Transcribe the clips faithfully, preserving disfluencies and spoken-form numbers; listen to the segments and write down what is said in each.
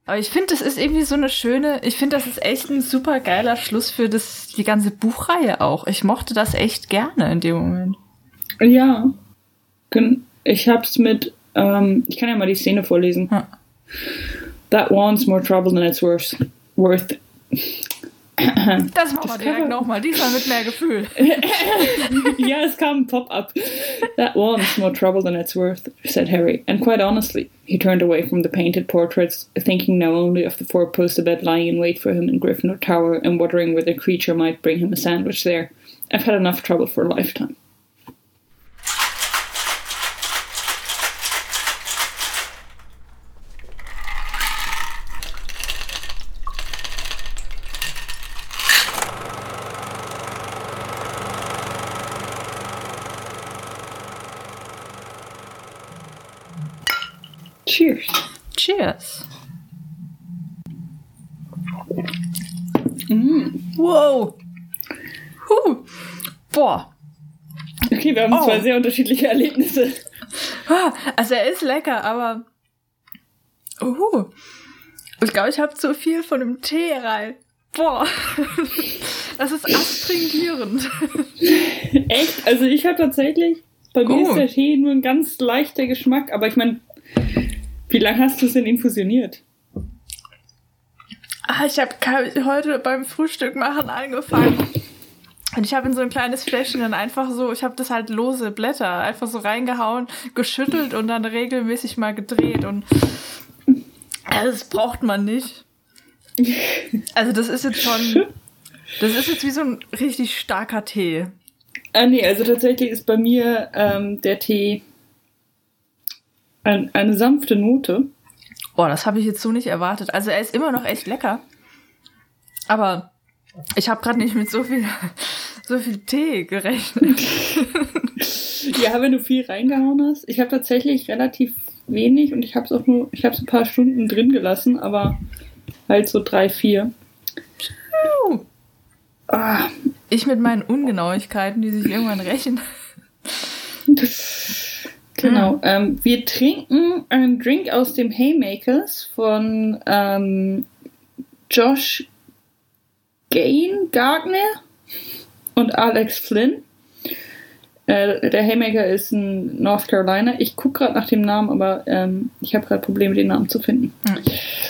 Aber ich finde, das ist irgendwie so eine schöne, ich finde, das ist echt ein super geiler Schluss für das, die ganze Buchreihe auch. Ich mochte das echt gerne in dem Moment. Ja. Ich hab's mit, ähm, ich kann ja mal die Szene vorlesen. Ja. That one's more trouble than it's worth. worth. Das machen wir direkt nochmal, diesmal mit mehr Gefühl. Ja, es kam ein Pop-up. That one's more trouble than it's worth, said Harry. And quite honestly, he turned away from the painted portraits, thinking now only of the four-poster bed lying in wait for him in Gryffindor Tower and wondering whether the creature might bring him a sandwich there. I've had enough trouble for a lifetime. Cheers. Cheers. Mm. Wow. Huh. Boah. Okay, wir haben Oh. zwei sehr unterschiedliche Erlebnisse. Also er ist lecker, aber uh, ich glaube, ich habe zu viel von dem Tee rein. Boah. Das ist astringierend. Echt? Also ich habe tatsächlich, bei mir Gut. ist der Tee nur ein ganz leichter Geschmack, aber ich meine, wie lange hast du es denn infusioniert? Ah, ich habe heute beim Frühstück machen angefangen. Und ich habe in so ein kleines Fläschchen dann einfach so, ich habe das halt lose Blätter einfach so reingehauen, geschüttelt und dann regelmäßig mal gedreht. Und also das braucht man nicht. Also das ist jetzt schon, das ist jetzt wie so ein richtig starker Tee. Ah nee, also tatsächlich ist bei mir ähm, der Tee ein, eine sanfte Note. Boah, das habe ich jetzt so nicht erwartet. Also er ist immer noch echt lecker. Aber ich habe gerade nicht mit so viel, so viel Tee gerechnet. Ja, wenn du viel reingehauen hast. Ich habe tatsächlich relativ wenig und ich habe es auch nur, ich habe es ein paar Stunden drin gelassen, aber halt so drei, vier. Uh. Ah. Ich mit meinen Ungenauigkeiten, die sich irgendwann rächen. Genau. Mm. Ähm, wir trinken einen Drink aus dem Haymakers von ähm, Josh Gain Gardner und Alex Flynn. Äh, der Haymaker ist in North Carolina. Ich gucke gerade nach dem Namen, aber ähm, ich habe gerade Probleme, den Namen zu finden. Mm.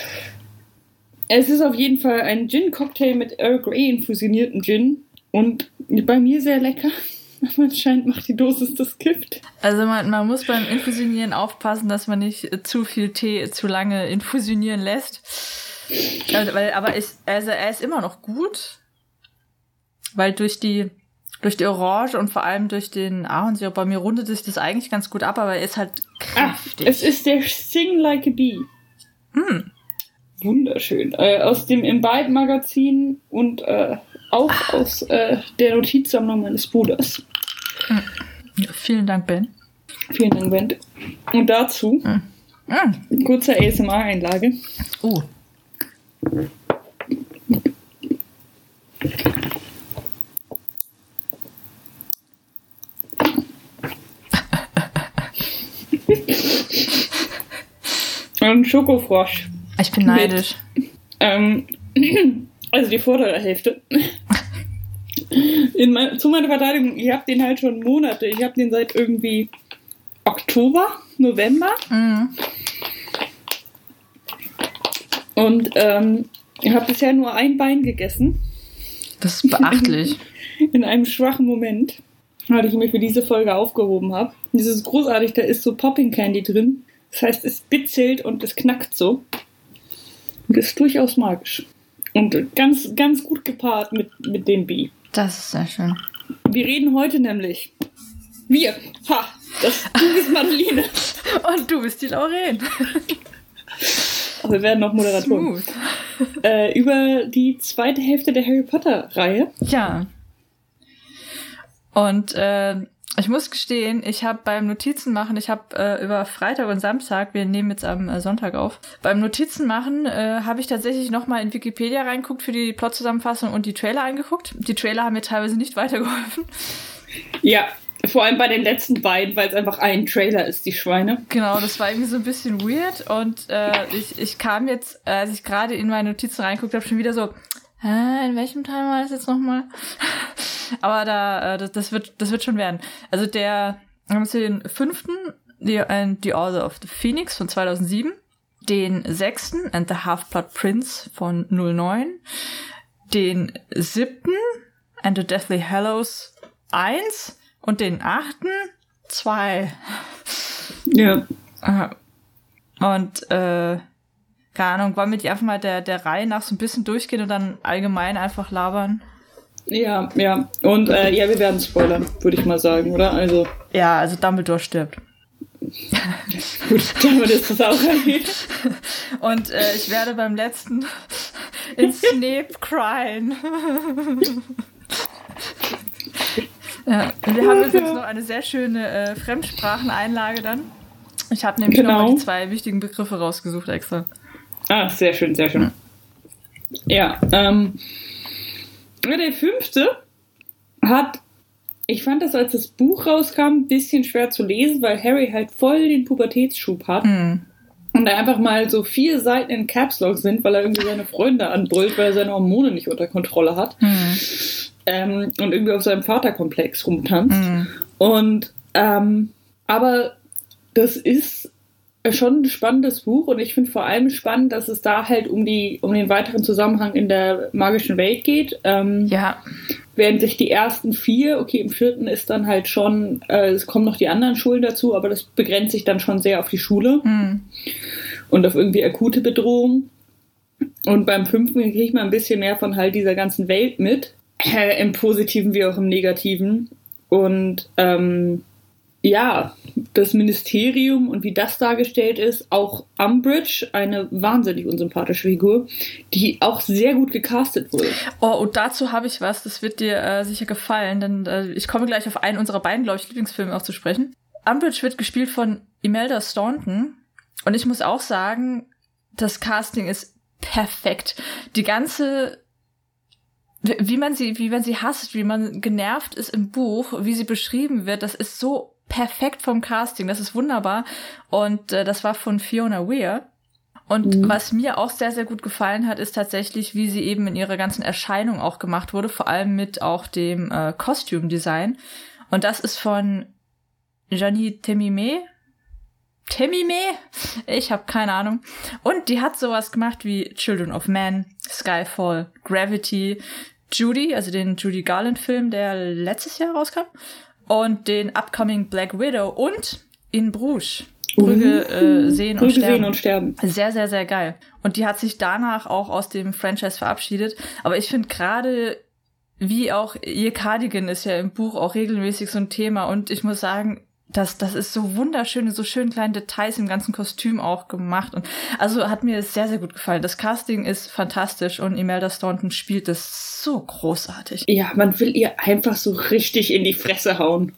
Es ist auf jeden Fall ein Gin-Cocktail mit Earl Grey infusionierten Gin und bei mir sehr lecker. Aber anscheinend macht die Dosis das Gift. Also man, man muss beim Infusionieren aufpassen, dass man nicht äh, zu viel Tee zu lange infusionieren lässt. Also, weil, aber ist, also er ist immer noch gut, weil durch die durch die Orange und vor allem durch den Ahornsirup, bei mir rundet sich das eigentlich ganz gut ab, aber er ist halt kräftig. Ah, es ist der Sing Like a Bee. Hm. Wunderschön. Äh, aus dem Imbibe-Magazin und äh, auch Ach. aus äh, der Notizsammlung meines Bruders. Hm. Ja, vielen Dank, Ben. Vielen Dank, Ben. Und dazu hm. Hm. kurze A S M R-Einlage. Oh. Ein Schokofrosch. Ich bin neidisch. Mit, ähm, also die vordere Hälfte. In mein, zu meiner Verteidigung, ich habe den halt schon Monate. Ich habe den seit irgendwie Oktober, November. Mhm. Und ähm, ich habe bisher nur ein Bein gegessen. Das ist beachtlich. In einem schwachen Moment, weil ich mich für diese Folge aufgehoben habe. Das ist großartig, da ist so Popping Candy drin. Das heißt, es bitzelt und es knackt so. Und ist durchaus magisch. Und ganz, ganz gut gepaart mit, mit dem Bee. Das ist sehr schön. Wir reden heute nämlich. Wir. Ha! Das, du bist Madeline. Und du bist die Lauren. Aber wir werden noch Moderatoren. Äh, über die zweite Hälfte der Harry Potter-Reihe. Ja. Und äh, ich muss gestehen, ich habe beim Notizen machen, ich habe äh, über Freitag und Samstag, wir nehmen jetzt am äh, Sonntag auf, beim Notizen machen äh, habe ich tatsächlich nochmal in Wikipedia reingeguckt für die Plotzusammenfassung und die Trailer angeguckt. Die Trailer haben mir teilweise nicht weitergeholfen. Ja, Vor allem bei den letzten beiden, weil es einfach ein Trailer ist, die Schweine. Genau, das war irgendwie so ein bisschen weird und äh, ich, ich kam jetzt, äh, als ich gerade in meine Notizen reingeguckt habe, schon wieder so, hä, in welchem Teil war das jetzt nochmal? Aber da, äh, das, das wird das wird schon werden. Also der, haben wir den fünften, The, and the Order of the Phoenix von zweitausendsieben, den sechsten, And the Half-Blood Prince von null neun, den siebten, And the Deathly Hallows eins und den achten, zwei. Ja. Und, äh, keine Ahnung, wollen wir die einfach mal der, der Reihe nach so ein bisschen durchgehen und dann allgemein einfach labern? Ja, ja. Und, äh, ja, wir werden spoilern, würde ich mal sagen, oder? Also. Ja, also Dumbledore stirbt. Gut, damit ist das auch erledigt. Und, äh, ich werde beim letzten in Snape cryen. Ja, wir haben uns jetzt noch eine sehr schöne äh, Fremdspracheneinlage dann. Ich habe nämlich genau. noch mal die zwei wichtigen Begriffe rausgesucht extra. Ah, sehr schön, sehr schön. Ja, ähm, der fünfte hat, ich fand das, als das Buch rauskam, ein bisschen schwer zu lesen, weil Harry halt voll den Pubertätsschub hat. Mm. Und da einfach mal so vier Seiten in Caps Lock sind, weil er irgendwie seine Freunde anbrüllt, weil er seine Hormone nicht unter Kontrolle hat. Mm. Ähm, und irgendwie auf seinem Vaterkomplex rumtanzt. Mm. Und, ähm, aber das ist schon ein spannendes Buch und ich finde vor allem spannend, dass es da halt um die, um den weiteren Zusammenhang in der magischen Welt geht. Ähm, ja. Während sich die ersten vier, okay, im vierten ist dann halt schon, äh, es kommen noch die anderen Schulen dazu, aber das begrenzt sich dann schon sehr auf die Schule mm. und auf irgendwie akute Bedrohung. Und beim fünften kriege ich mal ein bisschen mehr von halt dieser ganzen Welt mit. Äh, im Positiven wie auch im Negativen. Und ähm, ja, das Ministerium und wie das dargestellt ist, auch Umbridge, eine wahnsinnig unsympathische Figur, die auch sehr gut gecastet wurde. Oh, und dazu habe ich was, das wird dir äh, sicher gefallen, denn äh, ich komme gleich auf einen unserer beiden, glaube ich, Lieblingsfilme auch zu sprechen. Umbridge wird gespielt von Imelda Staunton und ich muss auch sagen, das Casting ist perfekt. Die ganze Wie man sie, wie man sie hasst, wie man genervt ist im Buch, wie sie beschrieben wird, das ist so perfekt vom Casting, das ist wunderbar. Und äh, das war von Fiona Weir. Und mhm. was mir auch sehr, sehr gut gefallen hat, ist tatsächlich, wie sie eben in ihrer ganzen Erscheinung auch gemacht wurde, vor allem mit auch dem äh, Costume Design. Und das ist von Janie Temime. Temime? Ich habe keine Ahnung. Und die hat sowas gemacht wie Children of Men, Skyfall, Gravity, Judy, also den Judy Garland-Film, der letztes Jahr rauskam, und den upcoming Black Widow und In Bruges. Brügge äh, sehen, und, sterben. sehen und sterben. Sehr, sehr, sehr geil. Und die hat sich danach auch aus dem Franchise verabschiedet. Aber ich finde gerade, wie auch ihr Cardigan ist ja im Buch auch regelmäßig so ein Thema. Und ich muss sagen, Das, das ist so wunderschöne, so schön kleine Details im ganzen Kostüm auch gemacht. Und also hat mir sehr, sehr gut gefallen. Das Casting ist fantastisch und Imelda Staunton spielt das so großartig. Ja, man will ihr einfach so richtig in die Fresse hauen.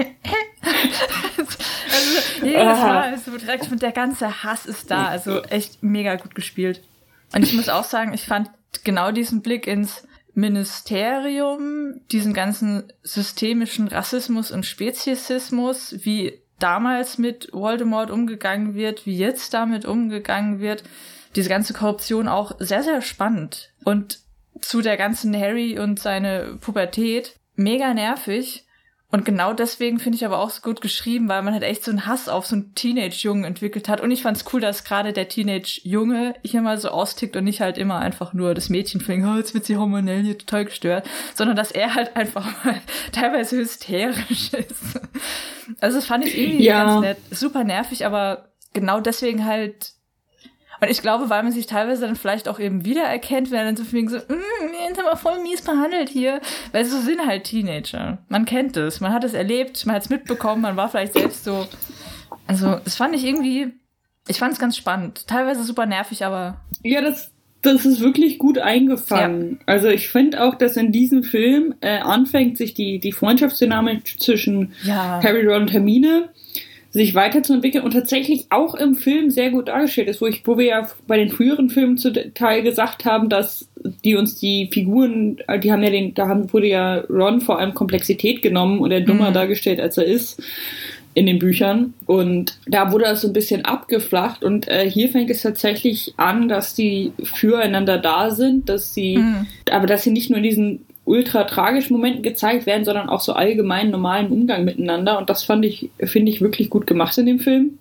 Also jedes Mal ist so direkt mit der ganze Hass ist da. Also echt mega gut gespielt. Und ich muss auch sagen, ich fand genau diesen Blick ins Ministerium, diesen ganzen systemischen Rassismus und Speziesismus, wie damals mit Voldemort umgegangen wird, wie jetzt damit umgegangen wird, diese ganze Korruption auch sehr, sehr spannend. Und zu der ganzen Harry und seine Pubertät mega nervig. Und genau deswegen finde ich aber auch so gut geschrieben, weil man halt echt so einen Hass auf so einen Teenage-Jungen entwickelt hat. Und ich fand's cool, dass gerade der Teenage-Junge hier mal so austickt und nicht halt immer einfach nur das Mädchen fängt, oh, jetzt wird sie hormonell hier total gestört, sondern dass er halt einfach mal teilweise hysterisch ist. Also das fand ich irgendwie ja. ganz nett. Super nervig, aber genau deswegen halt. Und ich glaube, weil man sich teilweise dann vielleicht auch eben wiedererkennt, wenn er dann so viel so, mm, wir sind aber voll mies behandelt hier. Weil so sind halt Teenager. Man kennt es, man hat es erlebt, man hat es mitbekommen, man war vielleicht selbst so. Also, das fand ich irgendwie, ich fand es ganz spannend. Teilweise super nervig, aber. Ja, das, das ist wirklich gut eingefangen. Ja. Also, ich finde auch, dass in diesem Film äh, anfängt, sich die, die Freundschaftsdynamik zwischen ja. Harry, Ron und Hermine sich weiterzuentwickeln und tatsächlich auch im Film sehr gut dargestellt ist, wo ich, wo wir ja bei den früheren Filmen zu Teil gesagt haben, dass die uns die Figuren, die haben ja den, da haben, wurde ja Ron vor allem Komplexität genommen und er dummer mhm. dargestellt, als er ist in den Büchern. Und da wurde das so ein bisschen abgeflacht und äh, hier fängt es tatsächlich an, dass die füreinander da sind, dass sie, mhm. aber dass sie nicht nur in diesen ultra tragischen Momenten gezeigt werden, sondern auch so allgemein normalen Umgang miteinander. Und das fand ich, finde ich, wirklich gut gemacht in dem Film.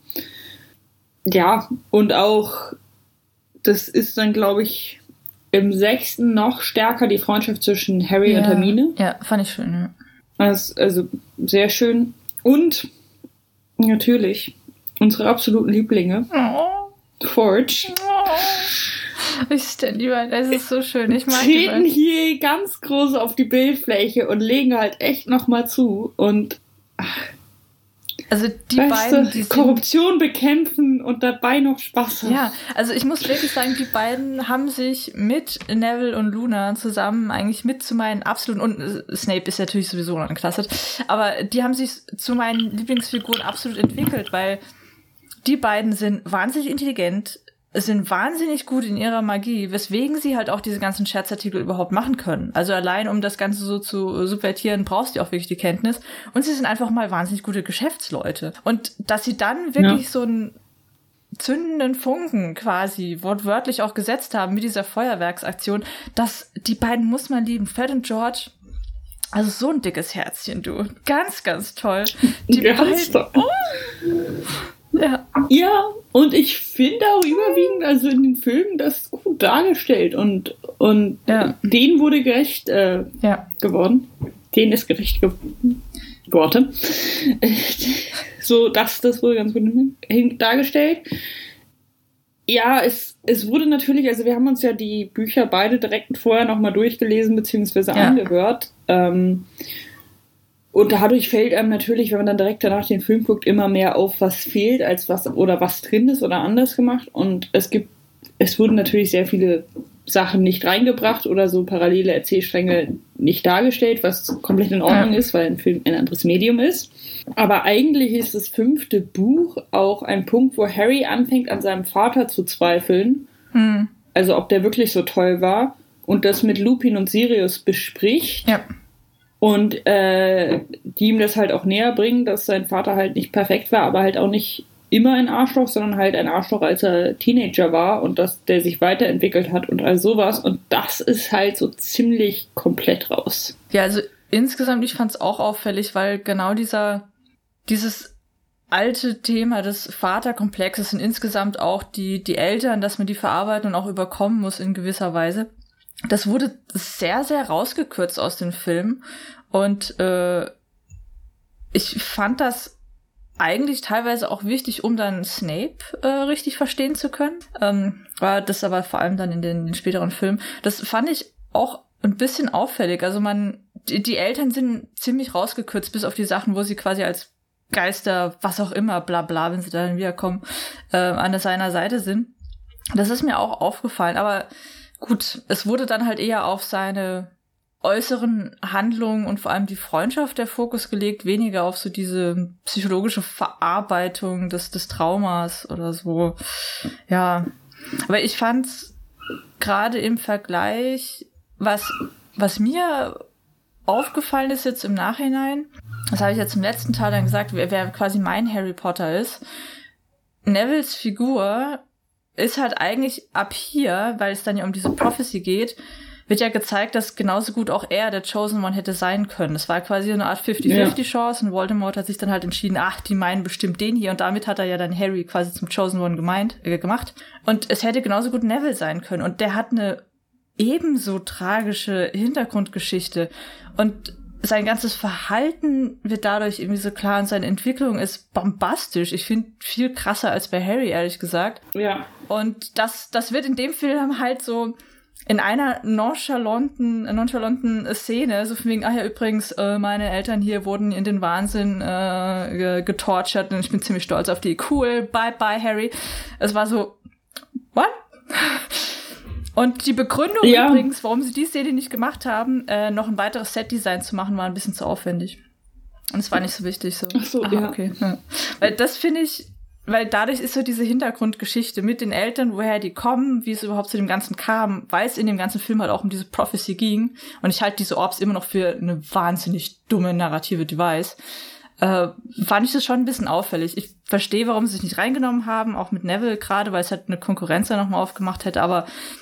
Ja, und auch, das ist dann, glaube ich, im sechsten noch stärker die Freundschaft zwischen Harry ja, und Hermine. Ja, fand ich schön, ja. Das, also sehr schön. Und natürlich unsere absoluten Lieblinge. Oh. Forge. Oh. Ich stelle lieber, es ist so schön. Ich mag treten hier ganz groß auf die Bildfläche und legen halt echt nochmal zu. Und ach, also die weißt beiden, du, die Korruption bekämpfen und dabei noch Spaß haben. Ja, also ich muss wirklich sagen, die beiden haben sich mit Neville und Luna zusammen eigentlich mit zu meinen absoluten, und Snape ist natürlich sowieso noch Klasse, aber die haben sich zu meinen Lieblingsfiguren absolut entwickelt, weil die beiden sind wahnsinnig intelligent, sind wahnsinnig gut in ihrer Magie, weswegen sie halt auch diese ganzen Scherzartikel überhaupt machen können. Also allein, um das Ganze so zu subvertieren, brauchst du auch wirklich die Kenntnis. Und sie sind einfach mal wahnsinnig gute Geschäftsleute. Und dass sie dann wirklich ja. so einen zündenden Funken quasi wortwörtlich auch gesetzt haben mit dieser Feuerwerksaktion, das, die beiden muss man lieben. Fred und George, also so ein dickes Herzchen, du. Ganz, ganz toll. Die ganz beiden, toll. Oh. Ja. Ja, und ich finde auch überwiegend, also in den Filmen, das gut dargestellt und, und ja. denen wurde gerecht äh, ja. geworden. Denen ist gerecht geworden. So, das, das wurde ganz gut dargestellt. Ja, es, es wurde natürlich, also wir haben uns ja die Bücher beide direkt vorher nochmal durchgelesen, beziehungsweise ja. angehört. Ähm, Und dadurch fällt einem natürlich, wenn man dann direkt danach den Film guckt, immer mehr auf, was fehlt, als was oder was drin ist oder anders gemacht. Und es gibt, es wurden natürlich sehr viele Sachen nicht reingebracht oder so parallele Erzählstränge nicht dargestellt, was komplett in Ordnung ja. ist, weil ein Film ein anderes Medium ist. Aber eigentlich ist das fünfte Buch auch ein Punkt, wo Harry anfängt, an seinem Vater zu zweifeln. Hm. Also ob der wirklich so toll war und das mit Lupin und Sirius bespricht. Ja. Und äh, die ihm das halt auch näher bringen, dass sein Vater halt nicht perfekt war, aber halt auch nicht immer ein Arschloch, sondern halt ein Arschloch, als er Teenager war und dass der sich weiterentwickelt hat und all sowas. Und das ist halt so ziemlich komplett raus. Ja, also insgesamt, ich fand es auch auffällig, weil genau dieser dieses alte Thema des Vaterkomplexes und insgesamt auch die die Eltern, dass man die verarbeiten und auch überkommen muss in gewisser Weise. Das wurde sehr, sehr rausgekürzt aus dem Film und äh, ich fand das eigentlich teilweise auch wichtig, um dann Snape äh, richtig verstehen zu können. Ähm, war das aber vor allem dann in den, in den späteren Filmen. Das fand ich auch ein bisschen auffällig. Also man, die, die Eltern sind ziemlich rausgekürzt, bis auf die Sachen, wo sie quasi als Geister, was auch immer, bla bla, wenn sie dann wiederkommen, äh, an seiner Seite sind. Das ist mir auch aufgefallen, aber gut, es wurde dann halt eher auf seine äußeren Handlungen und vor allem die Freundschaft der Fokus gelegt, weniger auf so diese psychologische Verarbeitung des, des Traumas oder so. Ja, aber ich fand's gerade im Vergleich, was, was mir aufgefallen ist jetzt im Nachhinein, das habe ich jetzt im letzten Teil dann gesagt, wer, wer quasi mein Harry Potter ist, Nevilles Figur ist halt eigentlich ab hier, weil es dann ja um diese Prophecy geht, wird ja gezeigt, dass genauso gut auch er der Chosen One hätte sein können. Es war quasi eine Art fifty-fifty-Chance und Voldemort hat sich dann halt entschieden, ach, die meinen bestimmt den hier und damit hat er ja dann Harry quasi zum Chosen One gemeint, äh, gemacht. Und es hätte genauso gut Neville sein können und der hat eine ebenso tragische Hintergrundgeschichte und sein ganzes Verhalten wird dadurch irgendwie so klar und seine Entwicklung ist bombastisch. Ich finde, viel krasser als bei Harry, ehrlich gesagt. Ja. Und das, das wird in dem Film halt so in einer nonchalanten, nonchalanten Szene, so von wegen, ach ja, übrigens, äh, meine Eltern hier wurden in den Wahnsinn äh, getortured und ich bin ziemlich stolz auf die. Cool, bye bye, Harry. Es war so, what? Und die Begründung ja. übrigens, warum sie die Szene nicht gemacht haben, äh, noch ein weiteres Set-Design zu machen, war ein bisschen zu aufwendig. Und es war nicht so wichtig. So. Ach so, Aha, ja. Okay. Ja. Weil das finde ich, weil dadurch ist so diese Hintergrundgeschichte mit den Eltern, woher die kommen, wie es überhaupt zu dem Ganzen kam, weil es in dem ganzen Film halt auch um diese Prophecy ging. Und ich halte diese Orbs immer noch für eine wahnsinnig dumme narrative Device. Äh, fand ich das schon ein bisschen auffällig. Ich verstehe, warum sie sich nicht reingenommen haben, auch mit Neville gerade, weil es halt eine Konkurrenz da nochmal aufgemacht hätte, aber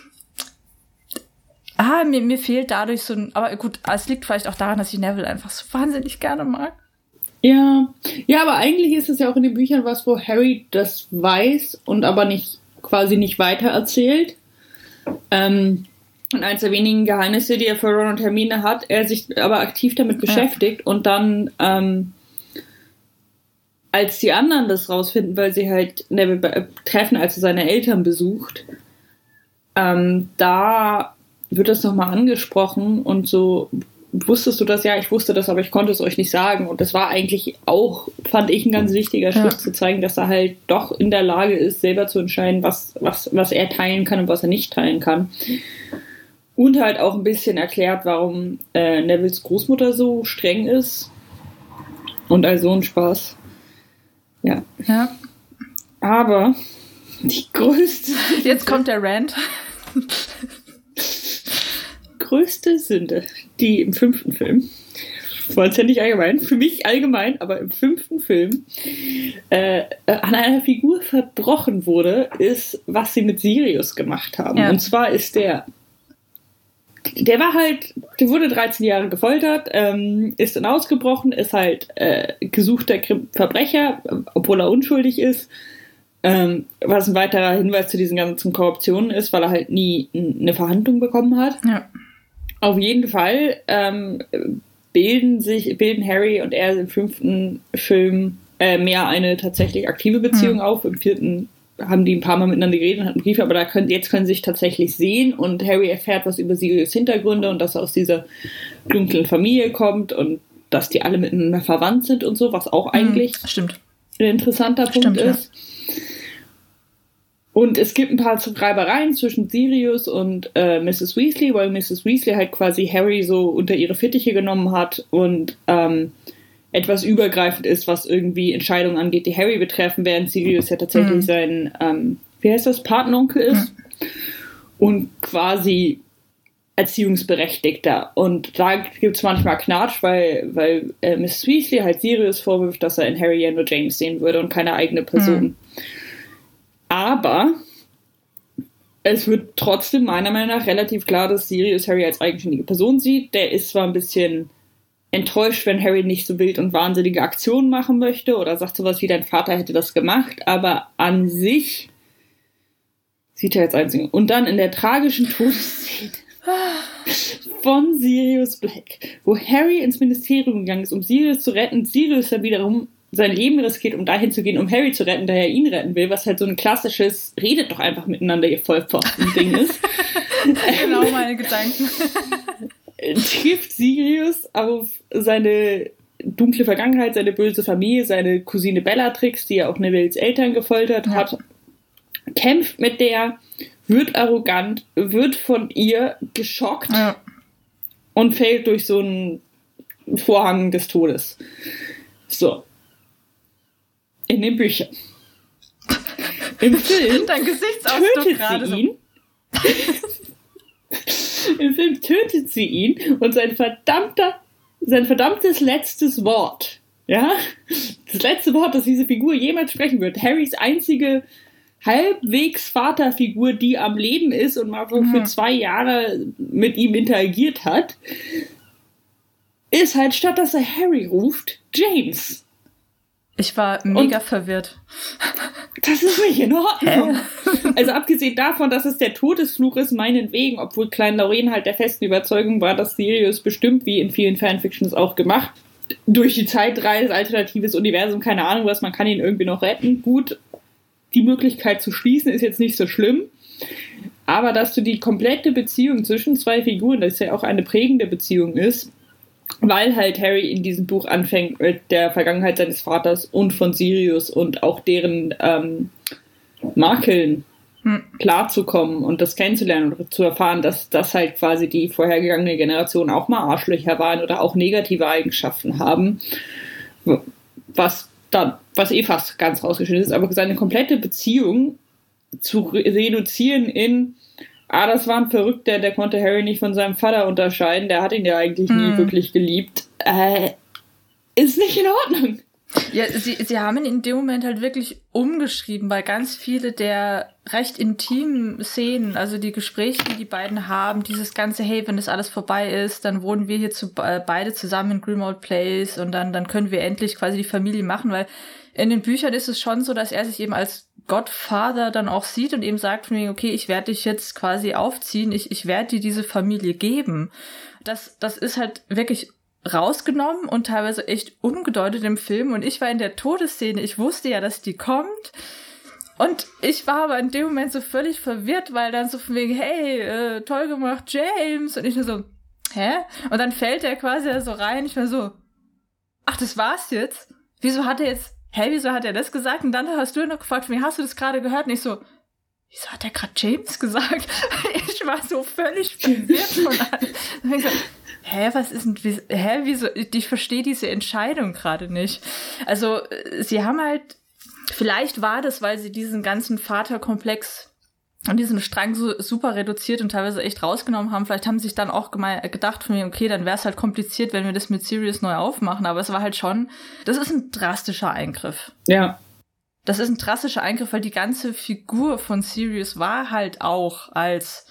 Ah, mir, mir fehlt dadurch so ein, aber gut, es liegt vielleicht auch daran, dass ich Neville einfach so wahnsinnig gerne mag. Ja, ja, aber eigentlich ist es ja auch in den Büchern was, wo Harry das weiß und aber nicht, quasi nicht weiter erzählt. Ähm, und eins der wenigen Geheimnisse, die er für Ron und Hermine hat, er sich aber aktiv damit beschäftigt ja. und dann, ähm, als die anderen das rausfinden, weil sie halt Neville treffen, als er seine Eltern besucht, ähm, da wird das nochmal angesprochen und so, wusstest du das? Ja, ich wusste das, aber ich konnte es euch nicht sagen. Und das war eigentlich auch, fand ich, ein ganz wichtiger Schritt, ja. zu zeigen, dass er halt doch in der Lage ist, selber zu entscheiden, was, was, was er teilen kann und was er nicht teilen kann. Und halt auch ein bisschen erklärt, warum äh, Nevilles Großmutter so streng ist. Und also ein Spaß. Ja. Ja. Aber die größte... Jetzt kommt der Rant. größte Sünde, die im fünften Film, war es ja nicht allgemein, für mich allgemein, aber im fünften Film äh, an einer Figur verbrochen wurde, ist, was sie mit Sirius gemacht haben. Ja. Und zwar ist der, der war halt, der wurde dreizehn Jahre gefoltert, ähm, ist dann ausgebrochen, ist halt äh, gesuchter Verbrecher, obwohl er unschuldig ist. Ähm, was ein weiterer Hinweis zu diesen ganzen Korruptionen ist, weil er halt nie eine Verhandlung bekommen hat. Ja. Auf jeden Fall ähm, bilden sich, bilden Harry und er im fünften Film äh, mehr eine tatsächlich aktive Beziehung mhm. auf. Im vierten haben die ein paar Mal miteinander geredet und hatten Briefe, aber da können, jetzt können sie sich tatsächlich sehen und Harry erfährt was über Sirius Hintergründe und dass er aus dieser dunklen Familie kommt und dass die alle miteinander verwandt sind und so, was auch eigentlich mhm, stimmt. ein interessanter Punkt stimmt, ist. Ja. Und es gibt ein paar Reibereien zwischen Sirius und äh, Misses Weasley, weil Misses Weasley halt quasi Harry so unter ihre Fittiche genommen hat und ähm, etwas übergreifend ist, was irgendwie Entscheidungen angeht, die Harry betreffen, während Sirius ja tatsächlich mhm. sein, ähm, wie heißt das, Patenonkel ist mhm. und quasi Erziehungsberechtigter. Und da gibt es manchmal Knatsch, weil, weil äh, Misses Weasley halt Sirius vorwirft, dass er in Harry ja nur James sehen würde und keine eigene Person. Mhm. Aber es wird trotzdem meiner Meinung nach relativ klar, dass Sirius Harry als eigenständige Person sieht. Der ist zwar ein bisschen enttäuscht, wenn Harry nicht so wild und wahnsinnige Aktionen machen möchte oder sagt sowas wie, dein Vater hätte das gemacht, aber an sich sieht er jetzt einzig. Und dann in der tragischen Todesszene von Sirius Black, wo Harry ins Ministerium gegangen ist, um Sirius zu retten, Sirius dann wiederum sein Leben riskiert, um dahin zu gehen, um Harry zu retten, da er ihn retten will, was halt so ein klassisches redet doch einfach miteinander, ihr Vollpfosten-Ding ist. Genau meine Gedanken. Trifft Sirius auf seine dunkle Vergangenheit, seine böse Familie, seine Cousine Bellatrix, die ja auch Nevilles Eltern gefoltert hat, ja. kämpft mit der, wird arrogant, wird von ihr geschockt ja. und fällt durch so einen Vorhang des Todes. So. In den Büchern. Im Film Dein Gesichtsausdruck tötet gerade sie ihn. So. Im Film tötet sie ihn und sein verdammter, sein verdammtes letztes Wort, ja, das letzte Wort, das diese Figur jemals sprechen wird, Harrys einzige halbwegs Vaterfigur, die am Leben ist und mal mhm. für zwei Jahre mit ihm interagiert hat, ist halt, statt dass er Harry ruft, James. Ich war mega und verwirrt. Das ist nicht in Ordnung. Also abgesehen davon, dass es der Todesfluch ist, meinetwegen, obwohl Klein Lauren halt der festen Überzeugung war, dass Sirius bestimmt, wie in vielen Fanfictions auch gemacht, durch die Zeitreise, alternatives Universum, keine Ahnung was, man kann ihn irgendwie noch retten. Gut, die Möglichkeit zu schließen ist jetzt nicht so schlimm. Aber dass du die komplette Beziehung zwischen zwei Figuren, das ja auch eine prägende Beziehung ist, weil halt Harry in diesem Buch anfängt mit der Vergangenheit seines Vaters und von Sirius und auch deren ähm, Makeln hm. klarzukommen und das kennenzulernen und zu erfahren, dass das halt quasi die vorhergegangene Generation auch mal Arschlöcher waren oder auch negative Eigenschaften haben, was dann, was eh fast ganz rausgeschnitten ist, aber seine komplette Beziehung zu re- reduzieren in, ah, das war ein Verrückter, der konnte Harry nicht von seinem Vater unterscheiden, der hat ihn ja eigentlich nie Mhm. wirklich geliebt, äh, ist nicht in Ordnung. Ja, sie, sie haben ihn in dem Moment halt wirklich umgeschrieben, weil ganz viele der recht intimen Szenen, also die Gespräche, die die beiden haben, dieses ganze, hey, wenn das alles vorbei ist, dann wohnen wir hier zu, äh, beide zusammen in Grimmauld Place und dann, dann können wir endlich quasi die Familie machen, weil in den Büchern ist es schon so, dass er sich eben als Godfather dann auch sieht und eben sagt von mir, okay, ich werde dich jetzt quasi aufziehen, ich, ich werde dir diese Familie geben. Das, das ist halt wirklich rausgenommen und teilweise echt umgedeutet im Film und ich war in der Todesszene, ich wusste ja, dass die kommt und ich war aber in dem Moment so völlig verwirrt, weil dann so von wegen, hey, äh, toll gemacht, James, und ich nur so, hä? Und dann fällt er quasi so rein, ich war so, ach, das war's jetzt? Wieso hat er jetzt, hä, wieso hat er das gesagt? Und dann hast du noch gefragt, wie hast du das gerade gehört? Und ich so, wieso hat er gerade James gesagt? Ich war so völlig verwirrt von allem. Und ich so, hä, was ist denn, wie, hä, wieso, ich verstehe diese Entscheidung gerade nicht. Also, sie haben halt, vielleicht war das, weil sie diesen ganzen Vaterkomplex und diesen Strang so super reduziert und teilweise echt rausgenommen haben. Vielleicht haben sie sich dann auch geme- gedacht von mir, okay, dann wäre es halt kompliziert, wenn wir das mit Sirius neu aufmachen. Aber es war halt schon, das ist ein drastischer Eingriff. Ja. Das ist ein drastischer Eingriff, weil die ganze Figur von Sirius war halt auch als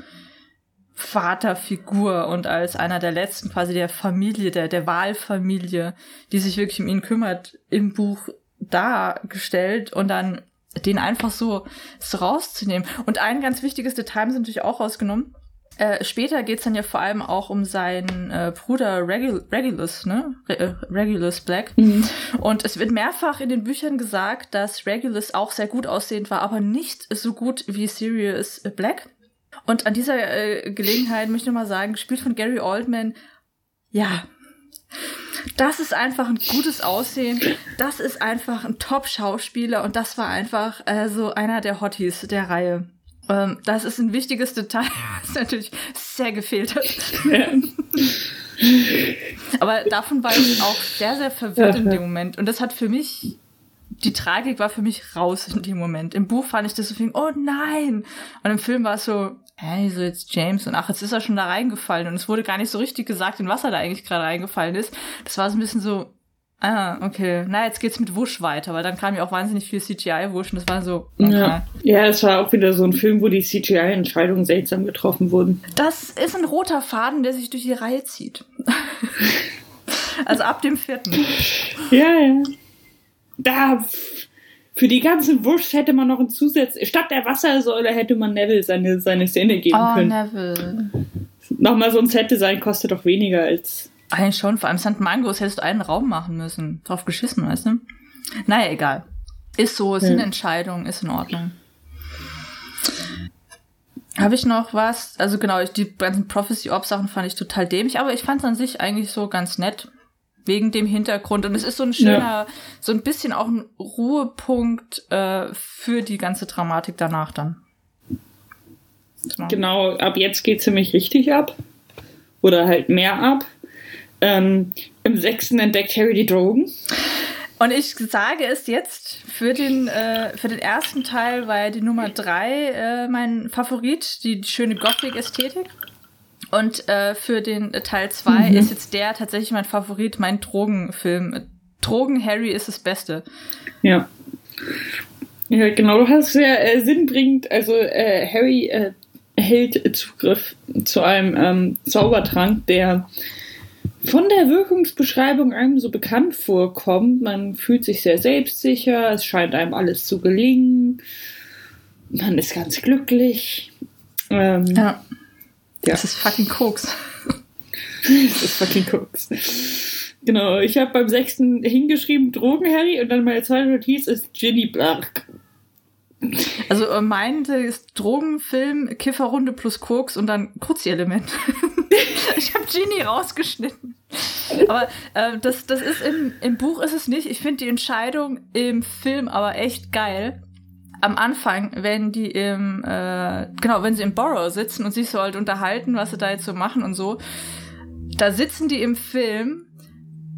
Vaterfigur und als einer der letzten quasi der Familie, der, der Wahlfamilie, die sich wirklich um ihn kümmert, im Buch dargestellt und dann den einfach so, so rauszunehmen. Und ein ganz wichtiges Detail haben sie natürlich auch rausgenommen. Äh, später geht's dann ja vor allem auch um seinen äh, Bruder Regul- Regulus, ne? Re- äh, Regulus Black. Mhm. Und es wird mehrfach in den Büchern gesagt, dass Regulus auch sehr gut aussehend war, aber nicht so gut wie Sirius Black. Und an dieser äh, Gelegenheit möchte ich mal sagen, gespielt von Gary Oldman, ja, das ist einfach ein gutes Aussehen, das ist einfach ein Top-Schauspieler und das war einfach äh, so einer der Hotties der Reihe. Ähm, das ist ein wichtiges Detail, das natürlich sehr gefehlt hat. Ja. Aber davon war ich auch sehr, sehr verwirrt in dem Moment. Und das hat für mich, die Tragik war für mich raus in dem Moment. Im Buch fand ich das so viel, oh nein! Und im Film war es so, hey, so jetzt James und ach, jetzt ist er schon da reingefallen. Und es wurde gar nicht so richtig gesagt, in was er da eigentlich gerade reingefallen ist. Das war so ein bisschen so, ah, okay, na, jetzt geht's mit Wusch weiter, weil dann kam ja auch wahnsinnig viel C G I-Wusch und das war so, okay. Ja. Ja, es war auch wieder so ein Film, wo die C G I-Entscheidungen seltsam getroffen wurden. Das ist ein roter Faden, der sich durch die Reihe zieht. Also ab dem vierten. Ja, ja. Da, für die ganzen Wuschs hätte man noch ein Zusatz, statt der Wassersäule hätte man Neville seine, seine Szene geben Oh, können. Neville. Nochmal so ein Set-Design kostet doch weniger als... Eigentlich schon, vor allem Sankt Mangos hättest du einen Raum machen müssen. Drauf geschissen, weißt du? Naja, egal. Ist so, ist Ja. eine Entscheidung, ist in Ordnung. Habe ich noch was? Also genau, ich, die ganzen Prophecy-Op-Sachen fand ich total dämlich, aber ich fand es an sich eigentlich so ganz nett. Wegen dem Hintergrund. Und es ist so ein schöner, Ja. so ein bisschen auch ein Ruhepunkt äh, für die ganze Dramatik danach dann. Genau. Genau, ab jetzt geht's nämlich richtig ab. Oder halt mehr ab. Ähm, im sechsten entdeckt Harry die Drogen. Und ich sage es jetzt für den äh, für den ersten Teil, weil die Nummer drei äh, mein Favorit, die, die schöne Gothic-Ästhetik. Und äh, für den äh, Teil zwei Mhm. ist jetzt der tatsächlich mein Favorit, mein Drogenfilm. Drogen-Harry ist das Beste. Ja. Ja, genau, du hast sehr äh, sinnbringend, also äh, Harry äh, erhält Zugriff zu einem ähm, Zaubertrank, der von der Wirkungsbeschreibung einem so bekannt vorkommt. Man fühlt sich sehr selbstsicher, es scheint einem alles zu gelingen, man ist ganz glücklich. Ähm, Ja. Ja. Das ist fucking Koks. Das ist fucking Koks. Genau, ich habe beim sechsten hingeschrieben Drogen-Harry und dann meine zweite Notiz ist Ginny Blark. Also äh, meinte ist Drogenfilm, Kifferrunde plus Koks und dann Kruzielement. Ich habe Ginny rausgeschnitten. Aber äh, das, das ist im, im Buch ist es nicht. Ich finde die Entscheidung im Film aber echt geil. Am Anfang, wenn die im, äh, genau, wenn sie im Borough sitzen und sich so halt unterhalten, was sie da jetzt so machen und so, da sitzen die im Film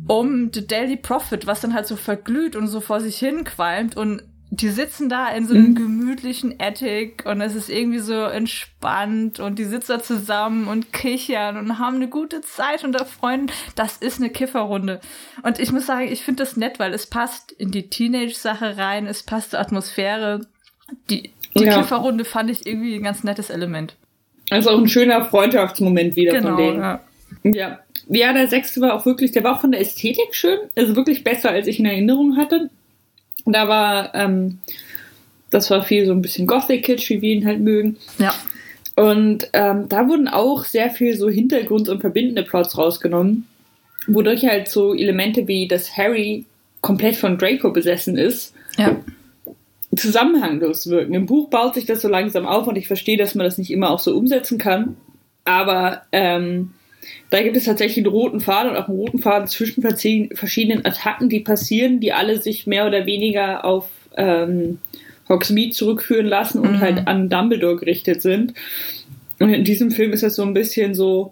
um The Daily Prophet, was dann halt so verglüht und so vor sich hin qualmt und die sitzen da in so einem mhm. gemütlichen Attic und es ist irgendwie so entspannt und die sitzen da zusammen und kichern und haben eine gute Zeit unter Freunden. Das ist eine Kifferrunde. Und ich muss sagen, ich finde das nett, weil es passt in die Teenage-Sache rein, es passt zur Atmosphäre. Die, die ja. Kifferrunde fand ich irgendwie ein ganz nettes Element. Also auch ein schöner Freundschaftsmoment wieder genau, von denen. Ja. ja. Ja, der sechste war auch wirklich, der war auch von der Ästhetik schön, also wirklich besser, als ich in Erinnerung hatte. Da war, ähm, das war viel so ein bisschen Gothic-Kitsch, wie wir ihn halt mögen. Ja. Und ähm, da wurden auch sehr viel so Hintergrund- und verbindende Plots rausgenommen, wodurch halt so Elemente wie, dass Harry komplett von Draco besessen ist, ja. zusammenhanglos wirken. Im Buch baut sich das so langsam auf und ich verstehe, dass man das nicht immer auch so umsetzen kann. Aber ähm, da gibt es tatsächlich einen roten Faden und auch einen roten Faden zwischen verschiedenen Attacken, die passieren, die alle sich mehr oder weniger auf ähm, Hogsmeade zurückführen lassen und mhm. halt an Dumbledore gerichtet sind. Und in diesem Film ist das so ein bisschen so,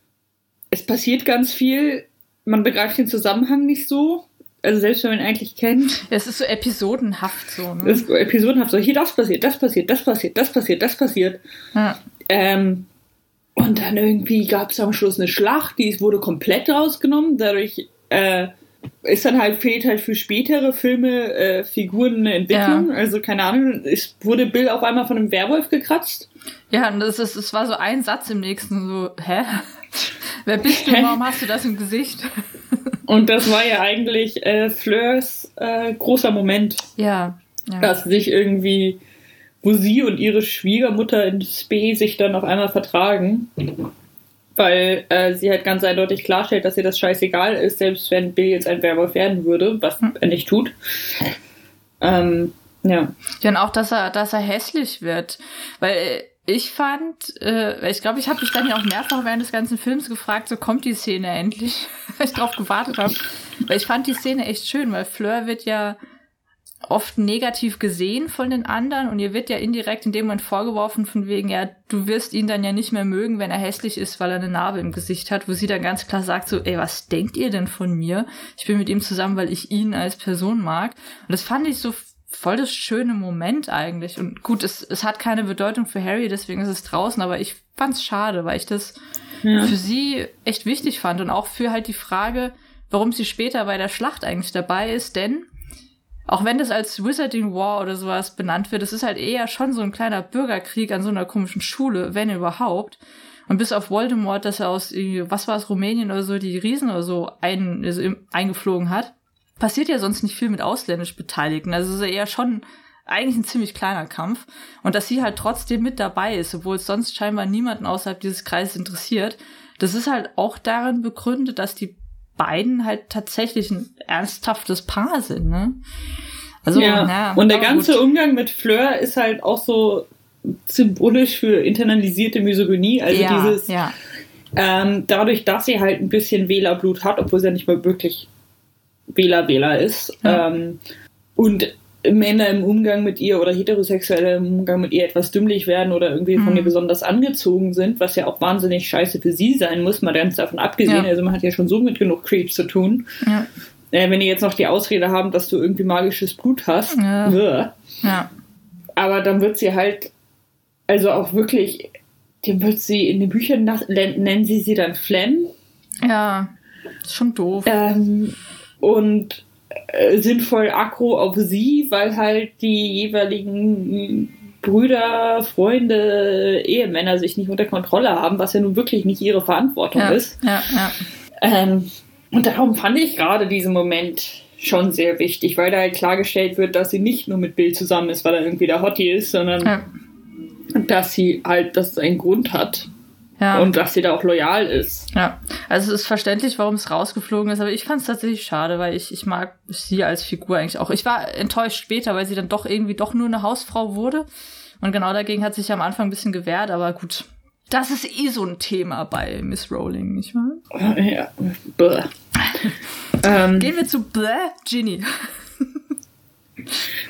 es passiert ganz viel, man begreift den Zusammenhang nicht so. Also selbst wenn man ihn eigentlich kennt. Es ist so episodenhaft so, ne? Es ist so episodenhaft so, hier das passiert, das passiert, das passiert, das passiert, das passiert. Ja. Ähm, Und dann irgendwie gab es am Schluss eine Schlacht, die wurde komplett rausgenommen. Dadurch äh, ist dann halt, fehlt halt für spätere Filme äh, Figuren eine Entwicklung. Ja. Also keine Ahnung, es wurde Bill auf einmal von einem Werwolf gekratzt. Ja, und das, ist, das war so ein Satz im nächsten, so, hä? Wer bist du? Warum hast du das im Gesicht? Und das war ja eigentlich äh, Fleurs äh, großer Moment. Ja, ja. Dass sich irgendwie... wo sie und ihre Schwiegermutter in Spee sich dann auf einmal vertragen, weil äh, sie halt ganz eindeutig klarstellt, dass ihr das scheißegal ist, selbst wenn Bill jetzt ein Werwolf werden würde, was hm. er nicht tut. Ähm, ja. Ja, und auch, dass er, dass er hässlich wird, weil ich fand, äh, ich glaube, ich habe mich dann ja auch mehrfach während des ganzen Films gefragt, so kommt die Szene endlich, weil ich drauf gewartet habe, weil ich fand die Szene echt schön, weil Fleur wird ja oft negativ gesehen von den anderen und ihr wird ja indirekt in dem Moment vorgeworfen von wegen, ja, du wirst ihn dann ja nicht mehr mögen, wenn er hässlich ist, weil er eine Narbe im Gesicht hat, wo sie dann ganz klar sagt so, ey, was denkt ihr denn von mir? Ich bin mit ihm zusammen, weil ich ihn als Person mag. Und das fand ich so voll das schöne Moment eigentlich. Und gut, es, es hat keine Bedeutung für Harry, deswegen ist es draußen, aber ich fand's schade, weil ich das ja. für sie echt wichtig fand und auch für halt die Frage, warum sie später bei der Schlacht eigentlich dabei ist, denn auch wenn das als Wizarding War oder sowas benannt wird, es ist halt eher schon so ein kleiner Bürgerkrieg an so einer komischen Schule, wenn überhaupt. Und bis auf Voldemort, dass er aus, was war es, Rumänien oder so, die Riesen oder so ein, also eingeflogen hat, passiert ja sonst nicht viel mit ausländisch Beteiligten. Also es ist ja eher schon eigentlich ein ziemlich kleiner Kampf. Und dass sie halt trotzdem mit dabei ist, obwohl es sonst scheinbar niemanden außerhalb dieses Kreises interessiert, das ist halt auch darin begründet, dass die beiden halt tatsächlich ein ernsthaftes Paar sind, ne? Also, ja. Na, und der ganze gut. Umgang mit Fleur ist halt auch so symbolisch für internalisierte Misogynie. Also ja, dieses, ja. Ähm, dadurch, dass sie halt ein bisschen Wählerblut hat, obwohl sie ja nicht mal wirklich Wähler-Wähler ist. Ja. Ähm, und Männer im Umgang mit ihr oder Heterosexuelle im Umgang mit ihr etwas dümmlich werden oder irgendwie mhm. von ihr besonders angezogen sind, was ja auch wahnsinnig scheiße für sie sein muss, mal ganz davon abgesehen. Ja. Also man hat ja schon so mit genug Creeps zu tun. Ja. Äh, wenn die jetzt noch die Ausrede haben, dass du irgendwie magisches Blut hast. Ja. Ja. Aber dann wird sie halt, also auch wirklich, dann wird sie in den Büchern nach, nennen sie sie dann Flan. Ja, ist schon doof. Ähm, und sind voll aggro auf sie, weil halt die jeweiligen Brüder, Freunde, Ehemänner sich nicht unter Kontrolle haben, was ja nun wirklich nicht ihre Verantwortung ja, ist. Ja, ja. Ähm, und darum fand ich gerade diesen Moment schon sehr wichtig, weil da halt klargestellt wird, dass sie nicht nur mit Bill zusammen ist, weil er irgendwie der Hottie ist, sondern ja. dass sie halt, dass es einen Grund hat. Ja. Und dass sie da auch loyal ist. Ja, also es ist verständlich, warum es rausgeflogen ist, aber ich fand es tatsächlich schade, weil ich ich mag sie als Figur eigentlich auch. Ich war enttäuscht später, weil sie dann doch irgendwie doch nur eine Hausfrau wurde und genau dagegen hat sich am Anfang ein bisschen gewehrt, aber gut, das ist eh so ein Thema bei Miss Rowling, nicht wahr? Ja, bäh. ähm, Gehen wir zu Bläh, Ginny.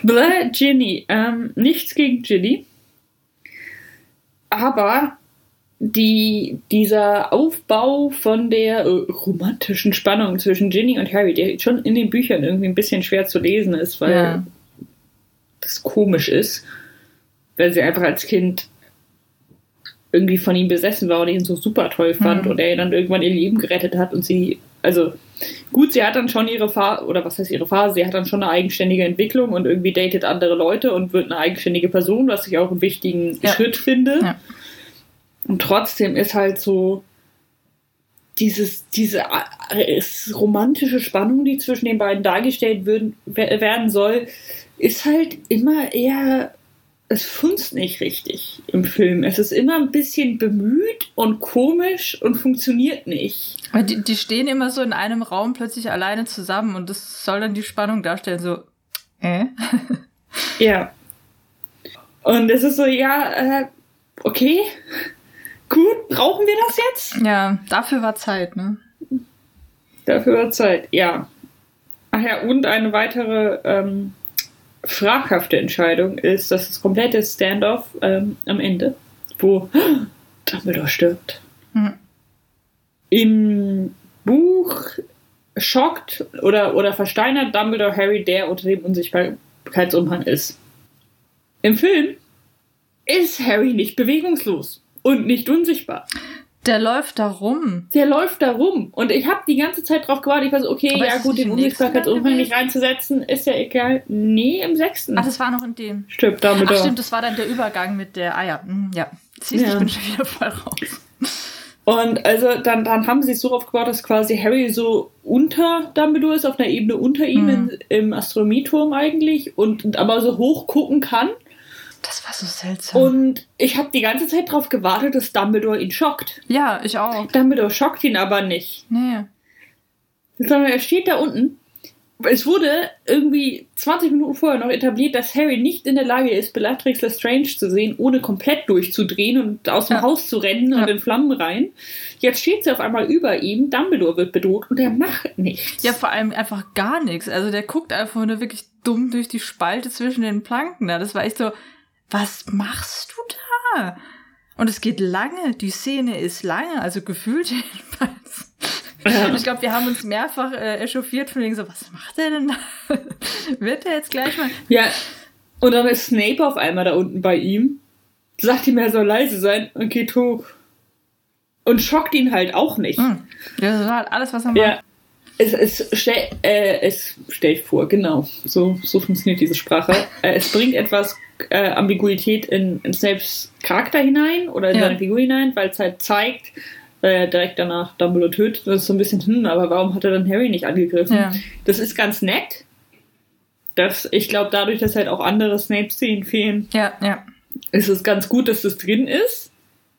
Bläh, Ginny. Ähm, nichts gegen Ginny, aber die, dieser Aufbau von der äh, romantischen Spannung zwischen Ginny und Harry, der schon in den Büchern irgendwie ein bisschen schwer zu lesen ist, weil Ja. das komisch ist, weil sie einfach als Kind irgendwie von ihm besessen war und ihn so super toll fand Mhm. und er ihr dann irgendwann ihr Leben gerettet hat und sie, also gut, sie hat dann schon ihre Phase, oder was heißt ihre Phase, sie hat dann schon eine eigenständige Entwicklung und irgendwie datet andere Leute und wird eine eigenständige Person, was ich auch einen wichtigen Ja. Schritt finde. Ja. Und trotzdem ist halt so dieses, diese äh, romantische Spannung, die zwischen den beiden dargestellt würden, wer- werden soll, ist halt immer eher, es funzt nicht richtig im Film. Es ist immer ein bisschen bemüht und komisch und funktioniert nicht. Aber die, die stehen immer so in einem Raum plötzlich alleine zusammen und das soll dann die Spannung darstellen, so, äh? Ja. Und es ist so, ja, äh, okay, gut, brauchen wir das jetzt? Ja, dafür war Zeit, ne? Dafür war Zeit, ja. Ach ja, und eine weitere ähm, fraghafte Entscheidung ist, dass das komplette Standoff ähm, am Ende, wo Dumbledore stirbt. Hm. Im Buch schockt oder, oder versteinert Dumbledore Harry, der unter dem Unsichtbarkeitsumhang ist. Im Film ist Harry nicht bewegungslos und nicht unsichtbar. Der läuft da rum. Der läuft da rum. Und ich habe die ganze Zeit drauf gewartet. Ich war so, okay, Aber ja ist es gut, nicht den im nächsten Unsichtbarkeitsumhang Mal nicht reinzusetzen, ist ja egal. Nee, im sechsten. Ach, das war noch in dem. Stimmt, Dumbledore. Ach stimmt, das war dann der Übergang mit der, ah ja, hm, ja. Siehst du, Ja. ich bin schon wieder voll raus. Und also dann, dann haben sie es so aufgebaut, dass quasi Harry so unter Dumbledore ist, auf einer Ebene unter ihm, Mhm. in, im Astronomieturm eigentlich, und, und aber so hoch gucken kann. Das war so seltsam. Und ich habe die ganze Zeit darauf gewartet, dass Dumbledore ihn schockt. Ja, ich auch. Dumbledore schockt ihn aber nicht. Nee. Sondern er steht da unten. Es wurde irgendwie zwanzig Minuten vorher noch etabliert, dass Harry nicht in der Lage ist, Bellatrix Lestrange zu sehen, ohne komplett durchzudrehen und aus dem Ja. Haus zu rennen und Ja. in Flammen rein. Jetzt steht sie auf einmal über ihm, Dumbledore wird bedroht und er macht nichts. Ja, vor allem einfach gar nichts. Also der guckt einfach nur wirklich dumm durch die Spalte zwischen den Planken da. Das war echt so, was machst du da? Und es geht lange, die Szene ist lange, also gefühlt jedenfalls. Ja. Ich glaube, wir haben uns mehrfach äh, echauffiert von wegen so, was macht der denn da? Wird der jetzt gleich mal... Ja, und dann ist Snape auf einmal da unten bei ihm, sagt ihm, er soll leise sein und geht hoch. Und schockt ihn halt auch nicht. Hm. Ja, das war halt alles, was er macht. Ja, es, es, stell, äh, es stellt vor, genau, so, so funktioniert diese Sprache. Äh, es bringt etwas äh, Ambiguität in, in Snapes Charakter hinein oder in Ja. seine Figur hinein, weil es halt zeigt, äh, direkt danach Dumbledore tötet. Das ist so ein bisschen, hm, aber warum hat er dann Harry nicht angegriffen? Ja. Das ist ganz nett. Das, ich glaube, dadurch, dass halt auch andere Snape-Szenen fehlen, Ja, ja. ist es ganz gut, dass das drin ist.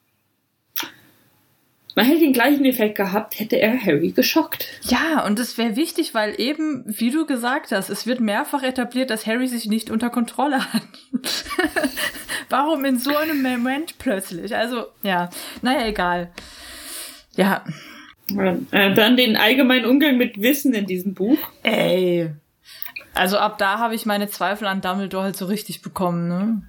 Man hätte den gleichen Effekt gehabt, hätte er Harry geschockt. Ja, und das wäre wichtig, weil eben, wie du gesagt hast, es wird mehrfach etabliert, dass Harry sich nicht unter Kontrolle hat. Warum in so einem Moment plötzlich? Also, ja, naja, egal. Ja. Äh, dann den allgemeinen Umgang mit Wissen in diesem Buch. Ey. Also ab da habe ich meine Zweifel an Dumbledore halt so richtig bekommen, ne?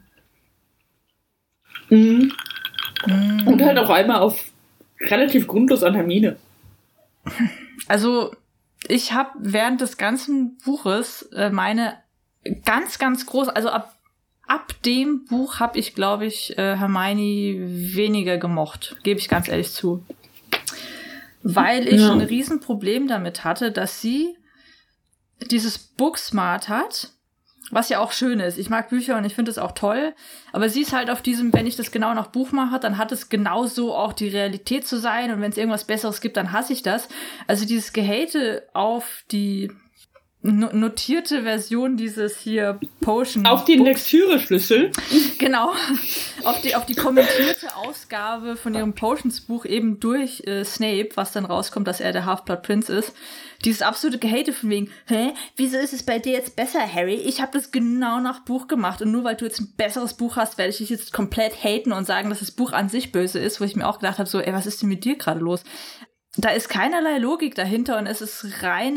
Mhm. Mhm. Und halt auch einmal auf relativ grundlos an Hermine. Also, ich habe während des ganzen Buches äh, meine ganz, ganz groß, also ab, ab dem Buch habe ich, glaube ich, äh, Hermione weniger gemocht, gebe ich ganz ehrlich zu. Weil ich Ja. ein Riesenproblem damit hatte, dass sie dieses Booksmart hat, was ja auch schön ist. Ich mag Bücher und ich finde es auch toll, aber sie ist halt auf diesem, wenn ich das genau nach Buch mache, dann hat es genauso auch die Realität zu sein und wenn es irgendwas Besseres gibt, dann hasse ich das. Also dieses Gehate auf die no- notierte Version dieses hier Potion Auf den Books. Lektüre-Schlüssel. Genau, auf die, auf die kommentierte Ausgabe von ihrem Potions-Buch eben durch äh, Snape, was dann rauskommt, dass er der Half-Blood Prince ist. Dieses absolute Gehate von wegen, hä, wieso ist es bei dir jetzt besser, Harry? Ich habe das genau nach Buch gemacht und nur weil du jetzt ein besseres Buch hast, werde ich dich jetzt komplett haten und sagen, dass das Buch an sich böse ist, wo ich mir auch gedacht habe, so, ey, was ist denn mit dir gerade los? Da ist keinerlei Logik dahinter und es ist reine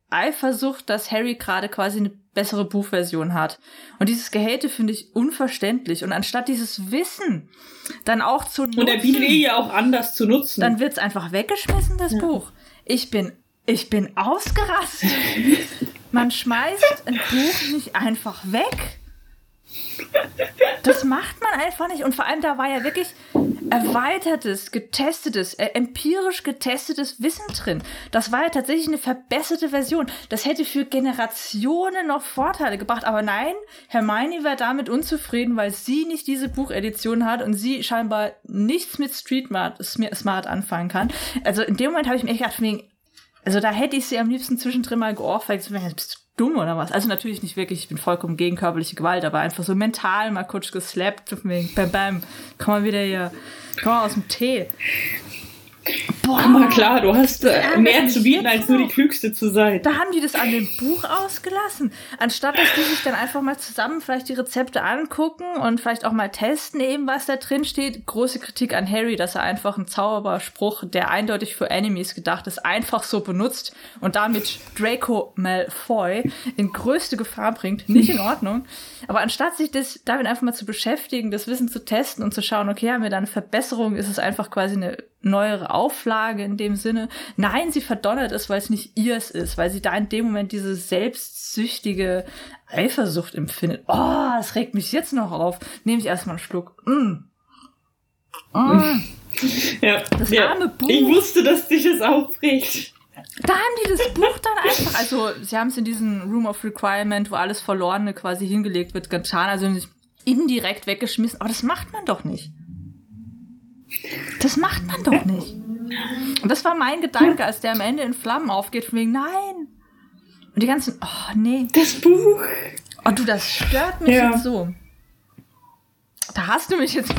Eifersucht, dass Harry gerade quasi eine bessere Buchversion hat. Und dieses Gehate finde ich unverständlich. Und anstatt dieses Wissen dann auch zu nutzen... Und er bietet eh ja auch an, das zu nutzen. Dann wird's einfach weggeschmissen, das ja. Buch. Ich bin, ich bin ausgerastet. Man schmeißt ein Buch nicht einfach weg. Das macht man einfach nicht. Und vor allem, da war ja wirklich erweitertes, getestetes, äh, empirisch getestetes Wissen drin. Das war ja tatsächlich eine verbesserte Version. Das hätte für Generationen noch Vorteile gebracht. Aber nein, Hermione war damit unzufrieden, weil sie nicht diese Buchedition hat und sie scheinbar nichts mit Street Smart anfangen kann. Also in dem Moment habe ich mir echt gedacht, wegen, also da hätte ich sie am liebsten zwischendrin mal geohrfeigt. Bist du dumm oder was? Also natürlich nicht wirklich, ich bin vollkommen gegen körperliche Gewalt, aber einfach so mental mal kurz geslappt. Bam, bam, komm mal wieder hier, komm mal aus dem Tee. Boah, komm mal klar, du hast äh, mehr zu bieten, als nur die Klügste zu sein. Da haben die das an dem Buch ausgelassen. Anstatt, dass die sich dann einfach mal zusammen vielleicht die Rezepte angucken und vielleicht auch mal testen eben, was da drin steht. Große Kritik an Harry, dass er einfach einen Zauberspruch, der eindeutig für Enemies gedacht ist, einfach so benutzt und damit Draco Malfoy in größte Gefahr bringt. Nicht in Ordnung. Aber anstatt sich das damit einfach mal zu beschäftigen, das Wissen zu testen und zu schauen, okay, haben wir da eine Verbesserung, ist es einfach quasi eine neuere Auflage in dem Sinne. Nein, sie verdonnert es, weil es nicht ihrs ist, weil sie da in dem Moment diese selbstsüchtige Eifersucht empfindet. Oh, das regt mich jetzt noch auf. Nehme ich erstmal einen Schluck. Mm. Mm. Ja, das ja. arme Buch. Ich wusste, dass dich das aufregt. Da haben die das Buch dann einfach, also sie haben es in diesen Room of Requirement, wo alles Verlorene quasi hingelegt wird, getan, also indirekt weggeschmissen. Aber das macht man doch nicht. Das macht man doch nicht. Und das war mein Gedanke, als der am Ende in Flammen aufgeht, von wegen, nein. Und die ganzen, oh, nee. Das Buch. Oh, du, das stört mich ja. jetzt so. Da hast du mich jetzt...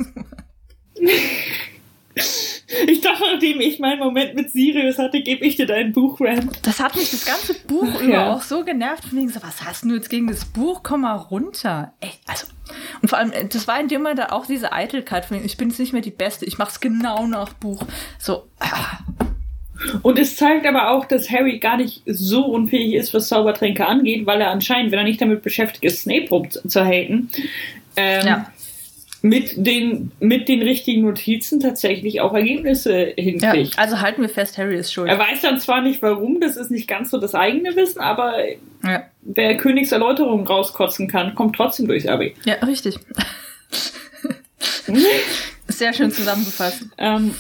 Ich dachte, nachdem ich meinen Moment mit Sirius hatte, gebe ich dir dein Buchrand. Das hat mich das ganze Buch Ach, über ja. auch so genervt. Von wegen so, was hast du jetzt gegen das Buch? Komm mal runter. Ey, also... Und vor allem, das war in dem Moment auch diese Eitelkeit von, ich bin jetzt nicht mehr die Beste, ich mach's genau nach Buch. So. Ah. Und es zeigt aber auch, dass Harry gar nicht so unfähig ist, was Zaubertränke angeht, weil er anscheinend, wenn er nicht damit beschäftigt ist, Snape rumzuhaten, ähm, ja. mit den, mit den richtigen Notizen tatsächlich auch Ergebnisse hinkriegt. Ja, also halten wir fest, Harry ist schuld. Er weiß dann zwar nicht warum, das ist nicht ganz so das eigene Wissen, aber ja. wer Königserläuterungen rauskotzen kann, kommt trotzdem durchs Abi. Ja, richtig. Sehr schön zusammengefasst. Ähm,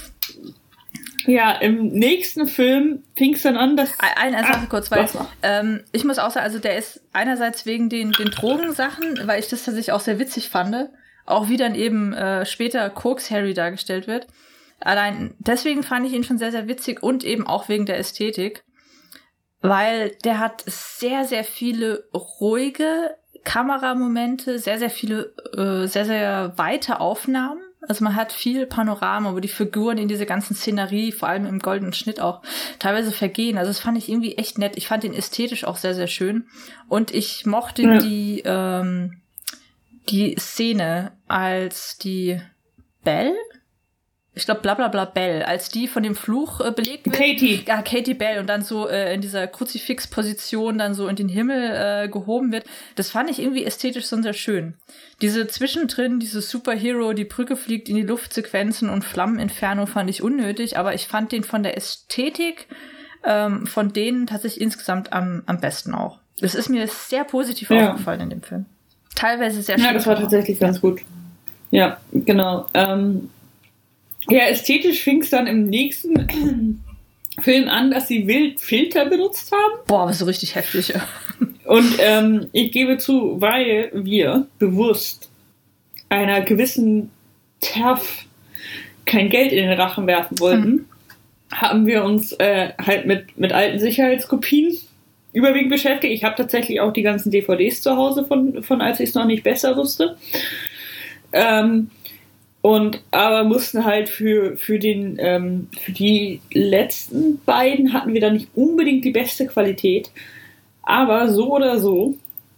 ja, im nächsten Film fing es dann an, dass... Eine Sache kurz, weil ähm, ich muss auch sagen, also der ist einerseits wegen den, den Drogensachen, weil ich das tatsächlich auch sehr witzig fand, auch wie dann eben äh, später Koks-Harry dargestellt wird. Allein deswegen fand ich ihn schon sehr, sehr witzig und eben auch wegen der Ästhetik, weil der hat sehr, sehr viele ruhige Kameramomente, sehr, sehr viele, äh, sehr, sehr weite Aufnahmen. Also man hat viel Panorama, wo die Figuren in diese ganzen Szenerie, vor allem im goldenen Schnitt auch, teilweise vergehen. Also das fand ich irgendwie echt nett. Ich fand ihn ästhetisch auch sehr, sehr schön. Und ich mochte ja. die, ähm, die Szene, als die Belle, ich glaube Blablabla Belle, als die von dem Fluch äh, belegt wird. Katie. Ja, Katie Bell und dann so äh, in dieser Kruzifix-Position dann so in den Himmel äh, gehoben wird. Das fand ich irgendwie ästhetisch so sehr schön. Diese zwischendrin, diese Superhero, die Brücke fliegt in die Luftsequenzen und Flammeninferno fand ich unnötig, aber ich fand den von der Ästhetik ähm, von denen tatsächlich insgesamt am, am besten auch. Das ist mir sehr positiv ja. aufgefallen in dem Film. Teilweise sehr schön. Ja, das war tatsächlich ganz gut. Ja, genau. Ähm, ja, ästhetisch fing es dann im nächsten Film an, dass sie wild Filter benutzt haben. Boah, aber so richtig heftig. Und ähm, ich gebe zu, weil wir bewusst einer gewissen Terf kein Geld in den Rachen werfen wollten, hm. haben wir uns äh, halt mit, mit alten Sicherheitskopien überwiegend beschäftigt. Ich habe tatsächlich auch die ganzen D V Ds zu Hause von, von als ich es noch nicht besser wusste. Ähm, und aber mussten halt für, für den ähm, für die letzten beiden hatten wir dann nicht unbedingt die beste Qualität. Aber so oder so,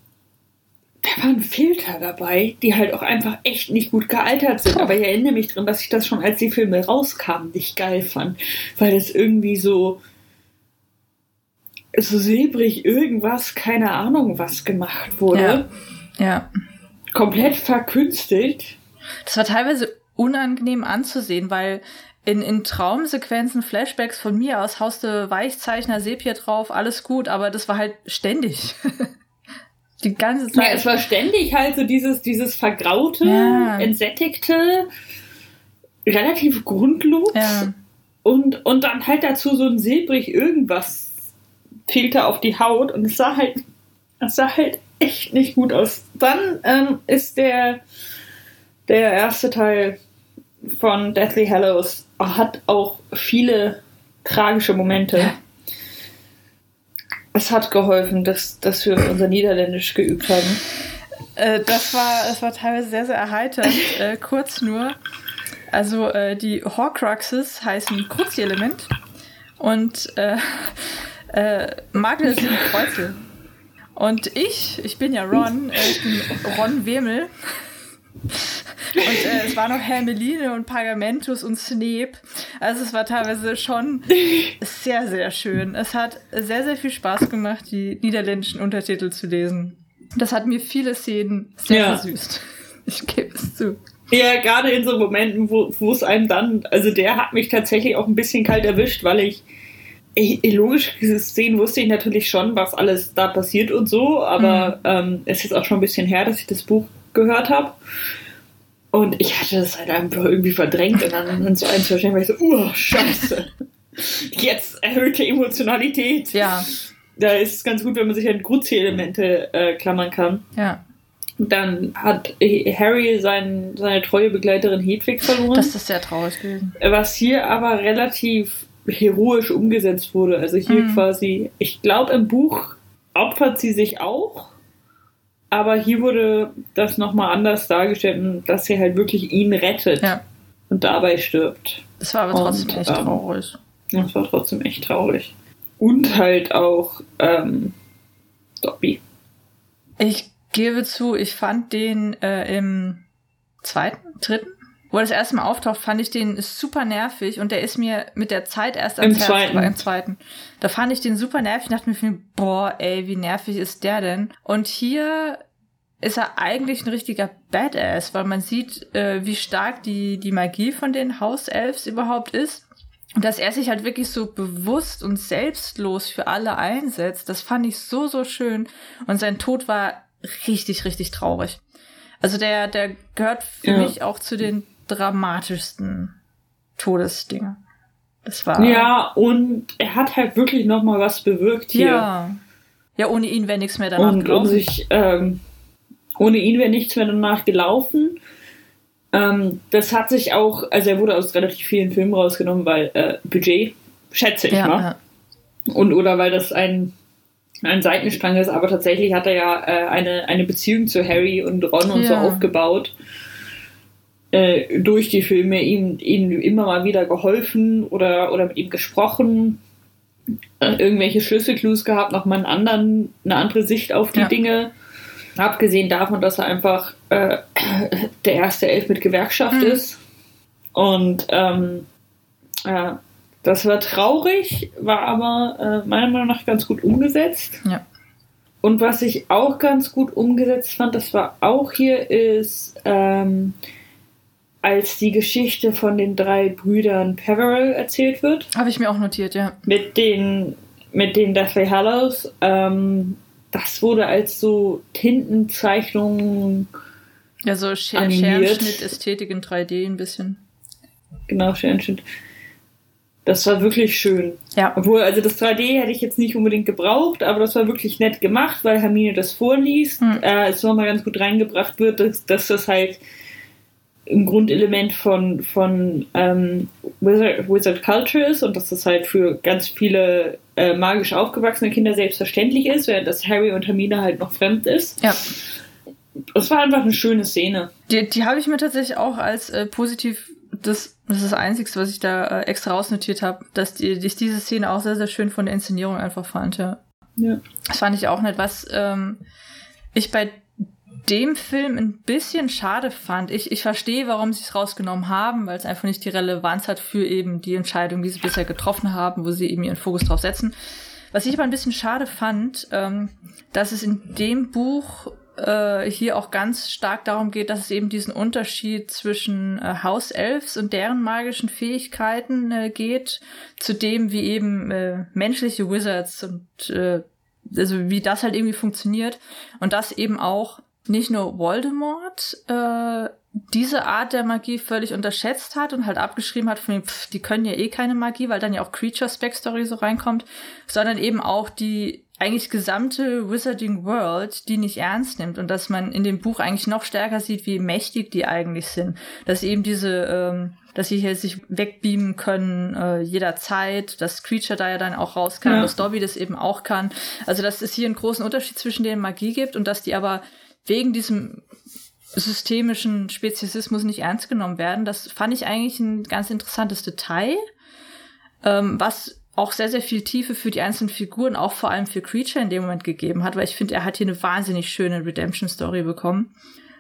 da waren Filter dabei, die halt auch einfach echt nicht gut gealtert sind. Aber ich erinnere mich dran, dass ich das schon, als die Filme rauskamen, nicht geil fand. Weil das irgendwie so so silbrig irgendwas, keine Ahnung was gemacht wurde. Ja. ja. Komplett verkünstelt. Das war teilweise unangenehm anzusehen, weil in, in Traumsequenzen, Flashbacks von mir aus hauste Weichzeichner, Sepia drauf, alles gut, aber das war halt ständig. Die ganze Zeit. Ja, es war ständig halt so dieses, dieses vergraute, ja. entsättigte, relativ grundlos. Ja. Und, und dann halt dazu so ein silbrig irgendwas Filter auf die Haut. Und es sah halt, es sah halt echt nicht gut aus. Dann ähm, ist der, der erste Teil von Deathly Hallows hat auch viele tragische Momente. Ja. Es hat geholfen, dass, dass wir unser Niederländisch geübt haben. Äh, das war, das war teilweise sehr, sehr erheiternd. äh, kurz nur. Also äh, die Horcruxes heißen Cruci-Element und äh, äh, Magel sind Kreuze. Und ich, ich bin ja Ron, äh, ich bin Ron Wemel. Und äh, es war noch Hermeline und Pergamentus und Snape. Also es war teilweise schon sehr, sehr schön. Es hat sehr, sehr viel Spaß gemacht, die niederländischen Untertitel zu lesen. Das hat mir viele Szenen sehr ja. versüßt. Ich gebe es zu. Ja, gerade in so Momenten, wo wo es einem dann, also der hat mich tatsächlich auch ein bisschen kalt erwischt, weil ich, ich logisch gesehen wusste ich natürlich schon, was alles da passiert und so, aber mhm. ähm, es ist jetzt auch schon ein bisschen her, dass ich das Buch gehört habe. Und ich hatte das halt einfach irgendwie verdrängt und dann in so ein, zwei Stellen war ich so, uh, scheiße. Jetzt erhöhte Emotionalität. Ja. Da ist es ganz gut, wenn man sich an Cruci-Elemente äh, klammern kann. Ja. Dann hat Harry sein, seine treue Begleiterin Hedwig verloren. Das ist sehr traurig gewesen. Was hier aber relativ heroisch umgesetzt wurde. Also hier mhm. quasi, ich glaube im Buch opfert sie sich auch, aber hier wurde das nochmal anders dargestellt, dass sie halt wirklich ihn rettet ja. und dabei stirbt. Das war aber trotzdem und, echt ähm, traurig. Das war trotzdem echt traurig. Und halt auch ähm, Dobby. Ich gebe zu, ich fand den äh, im zweiten, dritten, wo er das erste Mal auftaucht, fand ich den super nervig und der ist mir mit der Zeit erst ans Herz zweiten. Im zweiten. Da fand ich den super nervig und dachte mir, boah, ey, wie nervig ist der denn? Und hier ist er eigentlich ein richtiger Badass, weil man sieht, äh, wie stark die, die Magie von den Hauselfs überhaupt ist. Und dass er sich halt wirklich so bewusst und selbstlos für alle einsetzt, das fand ich so, so schön. Und sein Tod war richtig, richtig traurig. Also der, der gehört für ja. mich auch zu den dramatischsten Todesdingen. Das war. Ja, und er hat halt wirklich nochmal was bewirkt hier. Ja. Ja, ohne ihn wäre nichts mehr danach und, gelaufen. Und sich, ähm, ohne ihn wäre nichts mehr danach gelaufen. Ähm, das hat sich auch, also er wurde aus relativ vielen Filmen rausgenommen, weil äh, Budget, schätze ich ja, mal. Ja. Und oder weil das ein ein Seitenstrang ist, aber tatsächlich hat er ja äh, eine, eine Beziehung zu Harry und Ron und ja. so aufgebaut. Äh, durch die Filme ihm, ihm immer mal wieder geholfen oder, oder mit ihm gesprochen, äh, irgendwelche Schlüsselclues gehabt, nochmal einen anderen, eine andere Sicht auf die ja. Dinge. Abgesehen davon, dass er einfach äh, der erste Elf mit Gewerkschaft mhm. ist. Und ähm, ja, das war traurig, war aber äh, meiner Meinung nach ganz gut umgesetzt. Ja. Und was ich auch ganz gut umgesetzt fand, das war auch hier, ist, ähm, als die Geschichte von den drei Brüdern Peverell erzählt wird. Habe ich mir auch notiert, ja. Mit den, mit den Deathly Hallows. Ähm, das wurde als so Tintenzeichnung ja, so Scher- Scherenschnitt, Ästhetik in drei D ein bisschen. Genau, Scherenschnitt. Das war wirklich schön. Ja. Obwohl, also das drei D hätte ich jetzt nicht unbedingt gebraucht, aber das war wirklich nett gemacht, weil Hermine das vorliest. Hm. Äh, es nochmal ganz gut reingebracht wird, dass, dass das halt ein Grundelement von, von ähm, Wizard, Wizard Culture ist und dass das halt für ganz viele äh, magisch aufgewachsene Kinder selbstverständlich ist, während das Harry und Hermine halt noch fremd ist. Ja. Es war einfach eine schöne Szene. Die, die habe ich mir tatsächlich auch als äh, positiv, das, das ist das Einzige, was ich da äh, extra rausnotiert habe, dass die, ich diese Szene auch sehr, sehr schön von der Inszenierung einfach fand, ja. Ja. Das fand ich auch nett, was ähm, ich bei dem Film ein bisschen schade fand. Ich, ich verstehe, warum sie es rausgenommen haben, weil es einfach nicht die Relevanz hat für eben die Entscheidung, die sie bisher getroffen haben, wo sie eben ihren Fokus drauf setzen. Was ich aber ein bisschen schade fand, ähm, dass es in dem Buch äh, hier auch ganz stark darum geht, dass es eben diesen Unterschied zwischen äh, Hauselfs und deren magischen Fähigkeiten äh, geht, zu dem, wie eben äh, menschliche Wizards und äh, also wie das halt irgendwie funktioniert. Und dass eben auch nicht nur Voldemort äh, diese Art der Magie völlig unterschätzt hat und halt abgeschrieben hat von dem, pff, die können ja eh keine Magie, weil dann ja auch Creatures Backstory so reinkommt, sondern eben auch die eigentlich gesamte Wizarding World, die nicht ernst nimmt und dass man in dem Buch eigentlich noch stärker sieht, wie mächtig die eigentlich sind. Dass eben diese, ähm, dass sie hier sich wegbeamen können äh, jederzeit, dass Creature da ja dann auch raus kann, ja. dass Dobby das eben auch kann. Also dass es hier einen großen Unterschied zwischen denen Magie gibt und dass die aber wegen diesem systemischen Speziesismus nicht ernst genommen werden. Das fand ich eigentlich ein ganz interessantes Detail, ähm, was auch sehr, sehr viel Tiefe für die einzelnen Figuren, auch vor allem für Creature in dem Moment gegeben hat, weil ich finde, er hat hier eine wahnsinnig schöne Redemption-Story bekommen.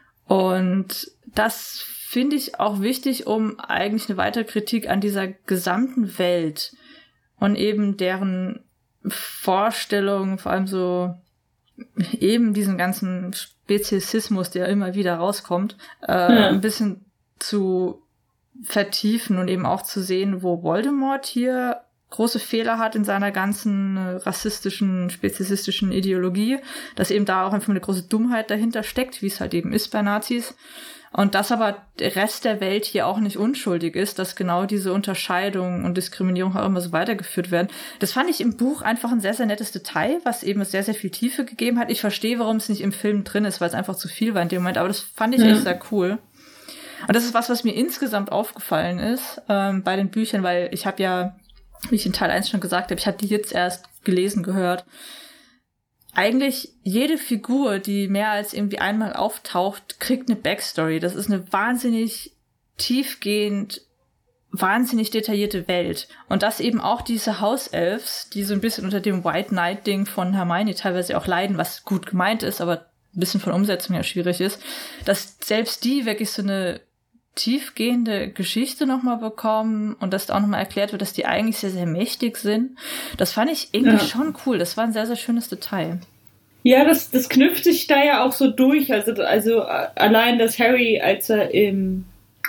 Und das finde ich auch wichtig, um eigentlich eine weitere Kritik an dieser gesamten Welt und eben deren Vorstellungen, vor allem so eben diesen ganzen Speziesismus, der immer wieder rauskommt, äh, ja. ein bisschen zu vertiefen und eben auch zu sehen, wo Voldemort hier große Fehler hat in seiner ganzen äh, rassistischen, speziesistischen Ideologie, dass eben da auch einfach eine große Dummheit dahinter steckt, wie es halt eben ist bei Nazis. Und dass aber der Rest der Welt hier auch nicht unschuldig ist, dass genau diese Unterscheidung und Diskriminierung auch immer so weitergeführt werden. Das fand ich im Buch einfach ein sehr, sehr nettes Detail, was eben sehr, sehr viel Tiefe gegeben hat. Ich verstehe, warum es nicht im Film drin ist, weil es einfach zu viel war in dem Moment, aber das fand ich ja. echt sehr cool. Und das ist was, was mir insgesamt aufgefallen ist ähm, bei den Büchern, weil ich habe ja, wie ich in Teil eins schon gesagt habe, ich habe die jetzt erst gelesen, gehört. Eigentlich jede Figur, die mehr als irgendwie einmal auftaucht, kriegt eine Backstory. Das ist eine wahnsinnig tiefgehend, wahnsinnig detaillierte Welt. Und dass eben auch diese Hauselfs, die so ein bisschen unter dem White Knight-Ding von Hermione teilweise auch leiden, was gut gemeint ist, aber ein bisschen von Umsetzung her schwierig ist, dass selbst die wirklich so eine tiefgehende Geschichte nochmal bekommen und dass da auch nochmal erklärt wird, dass die eigentlich sehr, sehr mächtig sind. Das fand ich irgendwie ja. schon cool. Das war ein sehr, sehr schönes Detail. Ja, das, das knüpft sich da ja auch so durch. Also, also allein, dass Harry, als er im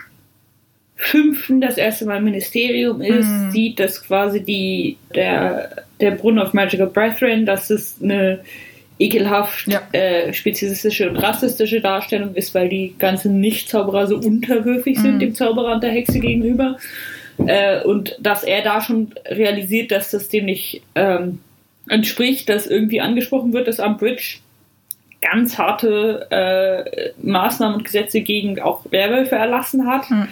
fünften das erste Mal im Ministerium ist, mhm. sieht, dass quasi die der, der Brunnen of Magical Brethren, dass es eine ekelhaft ja. äh, speziesistische und rassistische Darstellung ist, weil die ganzen Nicht-Zauberer so unterwürfig sind mm. dem Zauberer und der Hexe gegenüber. Äh, und dass er da schon realisiert, dass das dem nicht ähm, entspricht, dass irgendwie angesprochen wird, dass Umbridge ganz harte äh, Maßnahmen und Gesetze gegen auch Werwölfe erlassen hat. Mm.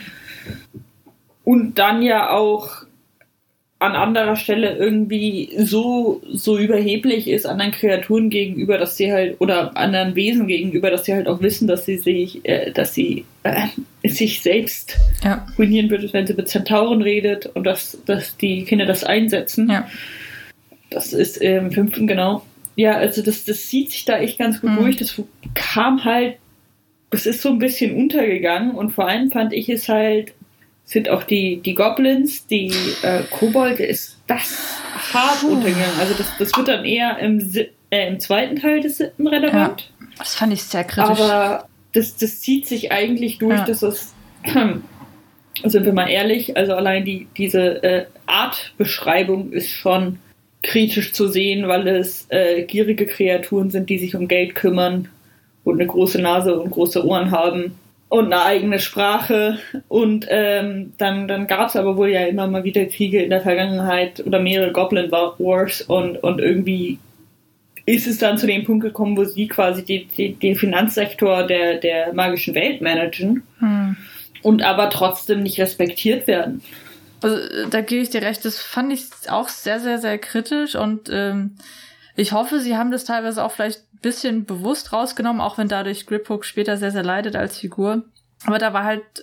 Und dann ja auch an anderer Stelle irgendwie so, so überheblich ist anderen Kreaturen gegenüber, dass sie halt, oder anderen Wesen gegenüber, dass sie halt auch wissen, dass sie sich, äh, dass sie äh, sich selbst ja. ruinieren würde, wenn sie mit Zentauren redet und dass, dass die Kinder das einsetzen. Ja. Das ist im fünften, genau. Ja, also das, das zieht sich da echt ganz gut mhm. durch. Das kam halt, das ist so ein bisschen untergegangen und vor allem fand ich es halt, sind auch die, die Goblins, die äh, Kobolde, ist das hart untergegangen. Also das, das wird dann eher im, äh, im zweiten Teil des siebten relevant. Ja, das fand ich sehr kritisch. Aber das, das zieht sich eigentlich durch, ja. dass es, äh, sind wir mal ehrlich, also allein die, diese äh, Artbeschreibung ist schon kritisch zu sehen, weil es äh, gierige Kreaturen sind, die sich um Geld kümmern und eine große Nase und große Ohren haben. Und eine eigene Sprache. Und ähm, dann, dann gab es aber wohl ja immer mal wieder Kriege in der Vergangenheit oder mehrere Goblin Wars und, und irgendwie ist es dann zu dem Punkt gekommen, wo sie quasi die, die, den Finanzsektor der, der magischen Welt managen hm. und aber trotzdem nicht respektiert werden. Also da gebe ich dir recht, das fand ich auch sehr, sehr, sehr kritisch und ähm, ich hoffe, sie haben das teilweise auch vielleicht ein bisschen bewusst rausgenommen, auch wenn dadurch Griphook später sehr, sehr leidet als Figur. Aber da war halt,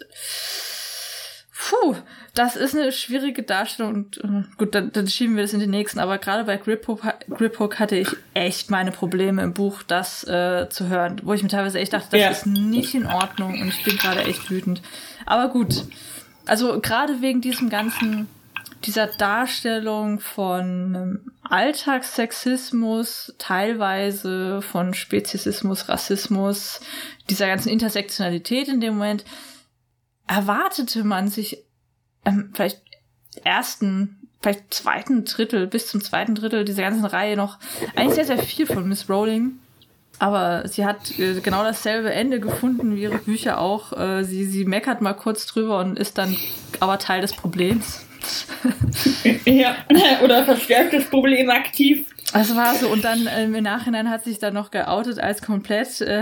puh, das ist eine schwierige Darstellung und äh, gut, dann, dann schieben wir das in die nächsten. Aber gerade bei Griphook, Griphook hatte ich echt meine Probleme im Buch, das äh, zu hören, wo ich mir teilweise echt dachte, das ja. ist nicht in Ordnung und ich bin gerade echt wütend. Aber gut, also gerade wegen diesem ganzen dieser Darstellung von ähm, Alltagssexismus, teilweise von Speziesismus, Rassismus, dieser ganzen Intersektionalität in dem Moment, erwartete man sich ähm, vielleicht ersten, vielleicht zweiten Drittel, bis zum zweiten Drittel dieser ganzen Reihe noch eigentlich sehr, sehr viel von Miss Rowling. Aber sie hat äh, genau dasselbe Ende gefunden wie ihre Bücher auch. Äh, sie, sie meckert mal kurz drüber und ist dann aber Teil des Problems. Ja, oder verstärkt das Problem aktiv. Das war so. Und dann ähm, im Nachhinein hat sich dann noch geoutet als komplett äh,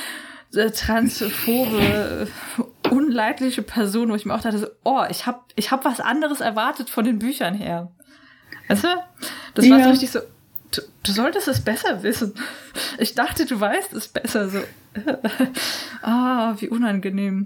transphobe, äh, unleidliche Person, wo ich mir auch dachte, so, oh, ich hab, ich hab was anderes erwartet von den Büchern her. Weißt du? Das war ja. so richtig so, du, du solltest es besser wissen. Ich dachte, du weißt es besser. So, ah, wie unangenehm.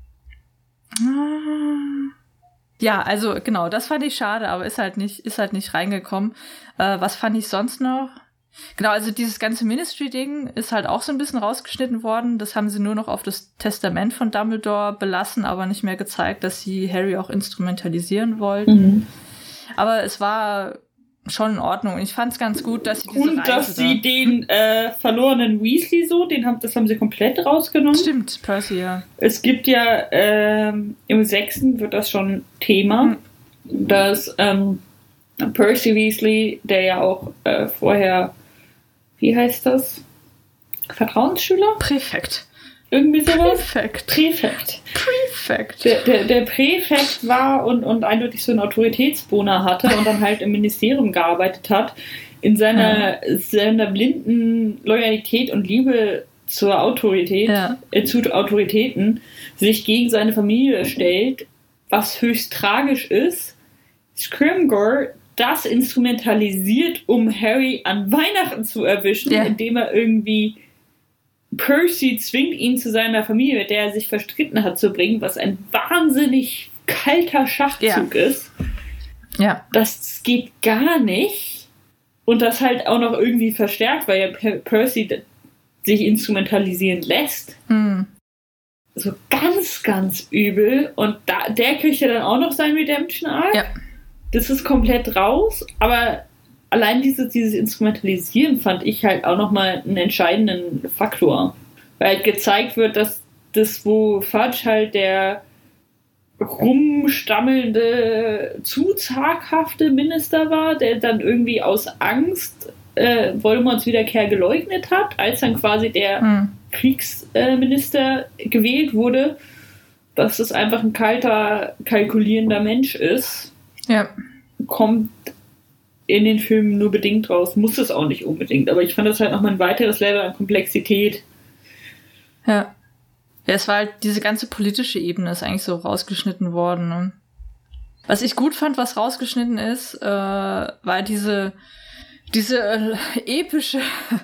Ja, also genau, das fand ich schade, aber ist halt nicht, ist halt nicht reingekommen. Äh, was fand ich sonst noch? Genau, also dieses ganze Ministry-Ding ist halt auch so ein bisschen rausgeschnitten worden. Das haben sie nur noch auf das Testament von Dumbledore belassen, aber nicht mehr gezeigt, dass sie Harry auch instrumentalisieren wollten. Mhm. Aber es war schon in Ordnung. Ich fand es ganz gut, dass sie diese Und Reise dass sie da den äh, verlorenen Weasley so, den haben, das haben sie komplett rausgenommen. Stimmt, Percy, ja. Es gibt ja, ähm, im sechsten wird das schon Thema, mhm. dass ähm, Percy Weasley, der ja auch äh, vorher, wie heißt das? Vertrauensschüler? Präfekt. Irgendwie sowas? Präfekt. Präfekt. Präfekt. Der, der, der Präfekt war und, und eindeutig so einen Autoritätsboner hatte und dann halt im Ministerium gearbeitet hat, in seiner, ja. seiner blinden Loyalität und Liebe zur Autorität, ja. äh, zu Autoritäten, sich gegen seine Familie stellt, was höchst tragisch ist. Scrimgeour das instrumentalisiert, um Harry an Weihnachten zu erwischen, ja. indem er irgendwie Percy zwingt, ihn zu seiner Familie, mit der er sich verstritten hat, zu bringen, was ein wahnsinnig kalter Schachzug ja. ist. Ja. Das geht gar nicht. Und das halt auch noch irgendwie verstärkt, weil ja per- Percy sich instrumentalisieren lässt. Mhm. So ganz, ganz übel. Und da, der kriegt ja dann auch noch sein Redemption-Arc. Ja. Das ist komplett raus, aber allein dieses, dieses Instrumentalisieren fand ich halt auch nochmal einen entscheidenden Faktor. Weil halt gezeigt wird, dass das, wo Fudge halt der rumstammelnde, zu zaghafte Minister war, der dann irgendwie aus Angst äh, Voldemorts Wiederkehr geleugnet hat, als dann quasi der hm. Kriegsminister äh, gewählt wurde, dass es einfach ein kalter, kalkulierender Mensch ist. Ja. Kommt in den Filmen nur bedingt raus. Muss es auch nicht unbedingt. Aber ich fand das halt nochmal ein weiteres Level an Komplexität. Ja. Ja, es war halt, diese ganze politische Ebene ist eigentlich so rausgeschnitten worden. Ne? Was ich gut fand, was rausgeschnitten ist, äh, war diese, diese äh, epische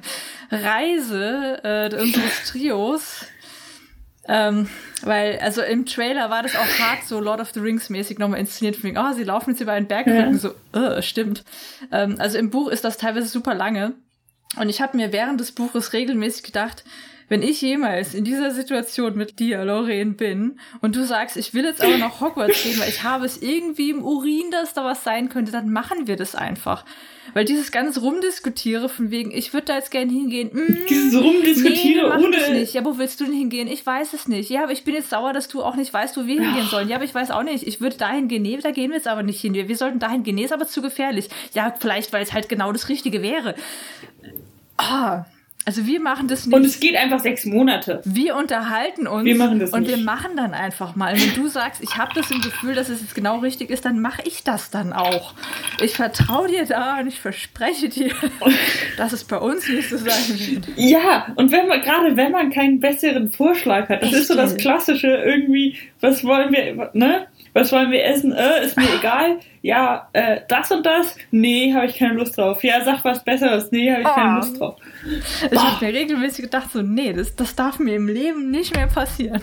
Reise äh, unseres Trios. Ähm, weil, also im Trailer war das auch hart so Lord of the Rings mäßig nochmal inszeniert, von wegen, oh, sie laufen jetzt über einen Bergrücken, ja. so, uh, stimmt. Ähm, also im Buch ist das teilweise super lange. Und ich habe mir während des Buches regelmäßig gedacht, wenn ich jemals in dieser Situation mit dir, Lorraine, bin und du sagst, ich will jetzt aber nach Hogwarts gehen, weil ich habe es irgendwie im Urin, dass da was sein könnte, dann machen wir das einfach. Weil dieses ganze Rumdiskutiere von wegen, ich würde da jetzt gerne hingehen. Mm, dieses Rumdiskutiere nee, ohne... Das nicht. Ja, wo willst du denn hingehen? Ich weiß es nicht. Ja, aber ich bin jetzt sauer, dass du auch nicht weißt, wo wir hingehen sollen. Ja, aber ich weiß auch nicht. Ich würde dahin gehen. Nee, da gehen wir jetzt aber nicht hin. Wir, wir sollten dahin gehen. Nee, ist aber zu gefährlich. Ja, vielleicht, weil es halt genau das Richtige wäre. Ah... Also wir machen das nicht. Und es geht einfach sechs Monate. Wir unterhalten uns. Wir machen das und nicht. wir machen dann einfach mal. Und wenn du sagst, ich habe das im Gefühl, dass es jetzt genau richtig ist, dann mache ich das dann auch. Ich vertraue dir da und ich verspreche dir, dass es bei uns nicht so sein wird. Ja, und wenn man, gerade wenn man keinen besseren Vorschlag hat, das Echt? Ist so das Klassische irgendwie, was wollen wir, ne? Was wollen wir essen? Äh, ist mir egal. Ja, äh, das und das? Nee, habe ich keine Lust drauf. Ja, sag was Besseres. Nee, habe ich oh. keine Lust drauf. Ich oh. habe mir regelmäßig gedacht, so, nee, das, das darf mir im Leben nicht mehr passieren.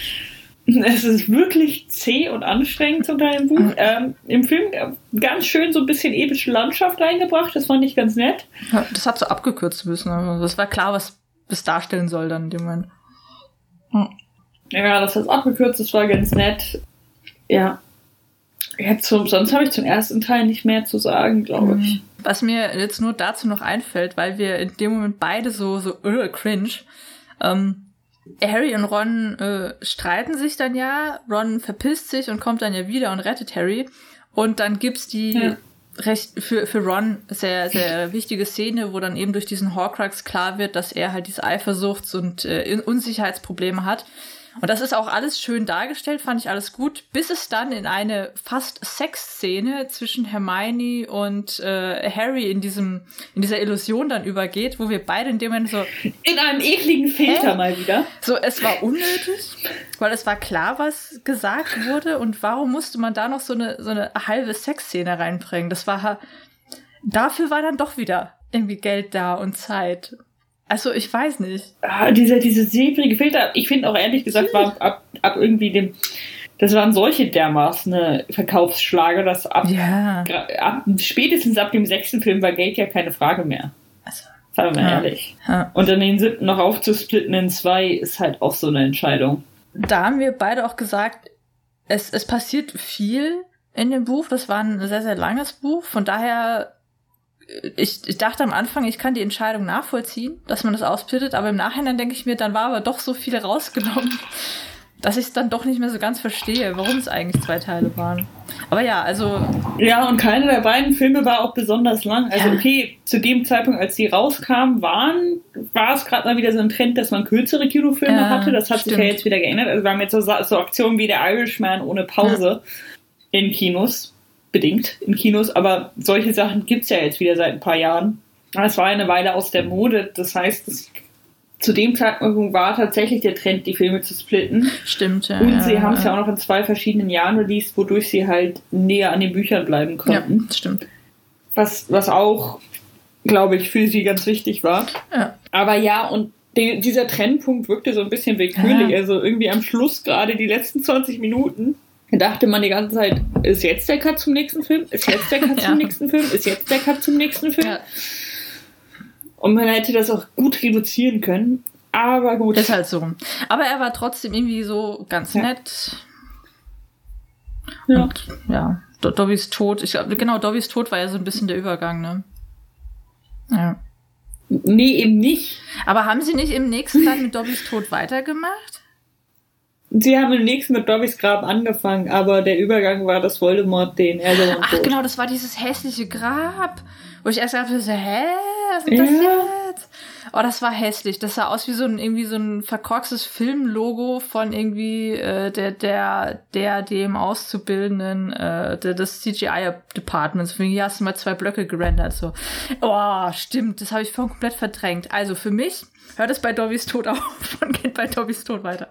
Es ist wirklich zäh und anstrengend zum Teil im Buch. Mhm. Ähm, Im Film ganz schön so ein bisschen epische Landschaft reingebracht. Das fand ich ganz nett. Ja, das hat so abgekürzt müssen. Also das war klar, was das darstellen soll dann in dem Moment. Mhm. Ja, das hat abgekürzt. Das war ganz nett. Ja. Ja, zum, sonst habe ich zum ersten Teil nicht mehr zu sagen, glaube ich. Was mir jetzt nur dazu noch einfällt, weil wir in dem Moment beide so, so uh, cringe, ähm, Harry und Ron äh, streiten sich dann ja, Ron verpisst sich und kommt dann ja wieder und rettet Harry. Und dann gibt's die ja. recht für für Ron sehr, sehr wichtige Szene, wo dann eben durch diesen Horcrux klar wird, dass er halt diese Eifersuchts- und äh, Unsicherheitsprobleme hat. Und das ist auch alles schön dargestellt, fand ich alles gut, bis es dann in eine fast Sexszene zwischen Hermione und äh, Harry in diesem in dieser Illusion dann übergeht, wo wir beide in dem Moment so in einem ekligen Filter hä? mal wieder. So, es war unnötig, weil es war klar, was gesagt wurde, und warum musste man da noch so eine so eine halbe Sexszene reinbringen? Das war dafür war dann doch wieder irgendwie Geld da und Zeit. Also, ich weiß nicht. Ah, diese, diese silbrige Filter, ich finde auch ehrlich gesagt, war ab, ab irgendwie dem, das waren solche dermaßen eine Verkaufsschlager, dass ab, ja. ab, spätestens ab dem sechsten Film war Geld ja keine Frage mehr. Also, Sagen wir mal ja. ehrlich. Ja. Und dann den siebten noch aufzusplitten in zwei ist halt auch so eine Entscheidung. Da haben wir beide auch gesagt, es, es passiert viel in dem Buch. Das war ein sehr, sehr langes Buch. Von daher, ich, ich dachte am Anfang, ich kann die Entscheidung nachvollziehen, dass man das aussplittet, aber im Nachhinein denke ich mir, dann war aber doch so viel rausgenommen, dass ich es dann doch nicht mehr so ganz verstehe, warum es eigentlich zwei Teile waren. Aber ja, also... Ja, und keiner der beiden Filme war auch besonders lang. Also ja. okay, zu dem Zeitpunkt, als die rauskamen, waren, war es gerade mal wieder so ein Trend, dass man kürzere Kinofilme ja, hatte. Das hat stimmt. sich ja jetzt wieder geändert. Also wir haben jetzt so, so Aktionen wie der Irishman ohne Pause ja. in Kinos. Bedingt in Kinos, aber solche Sachen gibt's ja jetzt wieder seit ein paar Jahren. Es war eine Weile aus der Mode, das heißt, es, zu dem Zeitpunkt war tatsächlich der Trend, die Filme zu splitten. Stimmt, ja. Und sie ja, haben es ja. ja auch noch in zwei verschiedenen Jahren released, wodurch sie halt näher an den Büchern bleiben konnten. Ja, stimmt. Was, was auch, glaube ich, für sie ganz wichtig war. Ja. Aber ja, und die, dieser Trennpunkt wirkte so ein bisschen willkürlich. Ja. Also irgendwie am Schluss, gerade die letzten zwanzig Minuten, dachte man die ganze Zeit, ist jetzt der Cut zum nächsten Film? Ist jetzt der Cut ja. zum nächsten Film? Ist jetzt der Cut zum nächsten Film? Ja. Und man hätte das auch gut reduzieren können. Aber gut. Ist halt so. Aber er war trotzdem irgendwie so ganz ja. nett. Ja. Und ja, Do- Dobbys Tod. Ich glaube, genau, Dobbys Tod war ja so ein bisschen der Übergang, ne? Ja. Nee, eben nicht. Aber haben sie nicht im nächsten dann mit Dobbys Tod weitergemacht? Sie haben im nächsten mit Dobbys Grab angefangen, aber der Übergang war, dass Voldemort den Erdogan Ach tot. genau, das war dieses hässliche Grab, wo ich erst dachte, so, hä, was ist Ja. das jetzt? Oh, das war hässlich. Das sah aus wie so ein irgendwie so ein verkorkstes Filmlogo von irgendwie äh, der der der dem Auszubildenden äh, der, des C G I-Departments. Hier hast du mal zwei Blöcke gerendert. So, oh, stimmt, das habe ich voll komplett verdrängt. Also für mich hört es bei Dobbys Tod auf und geht bei Dobbys Tod weiter.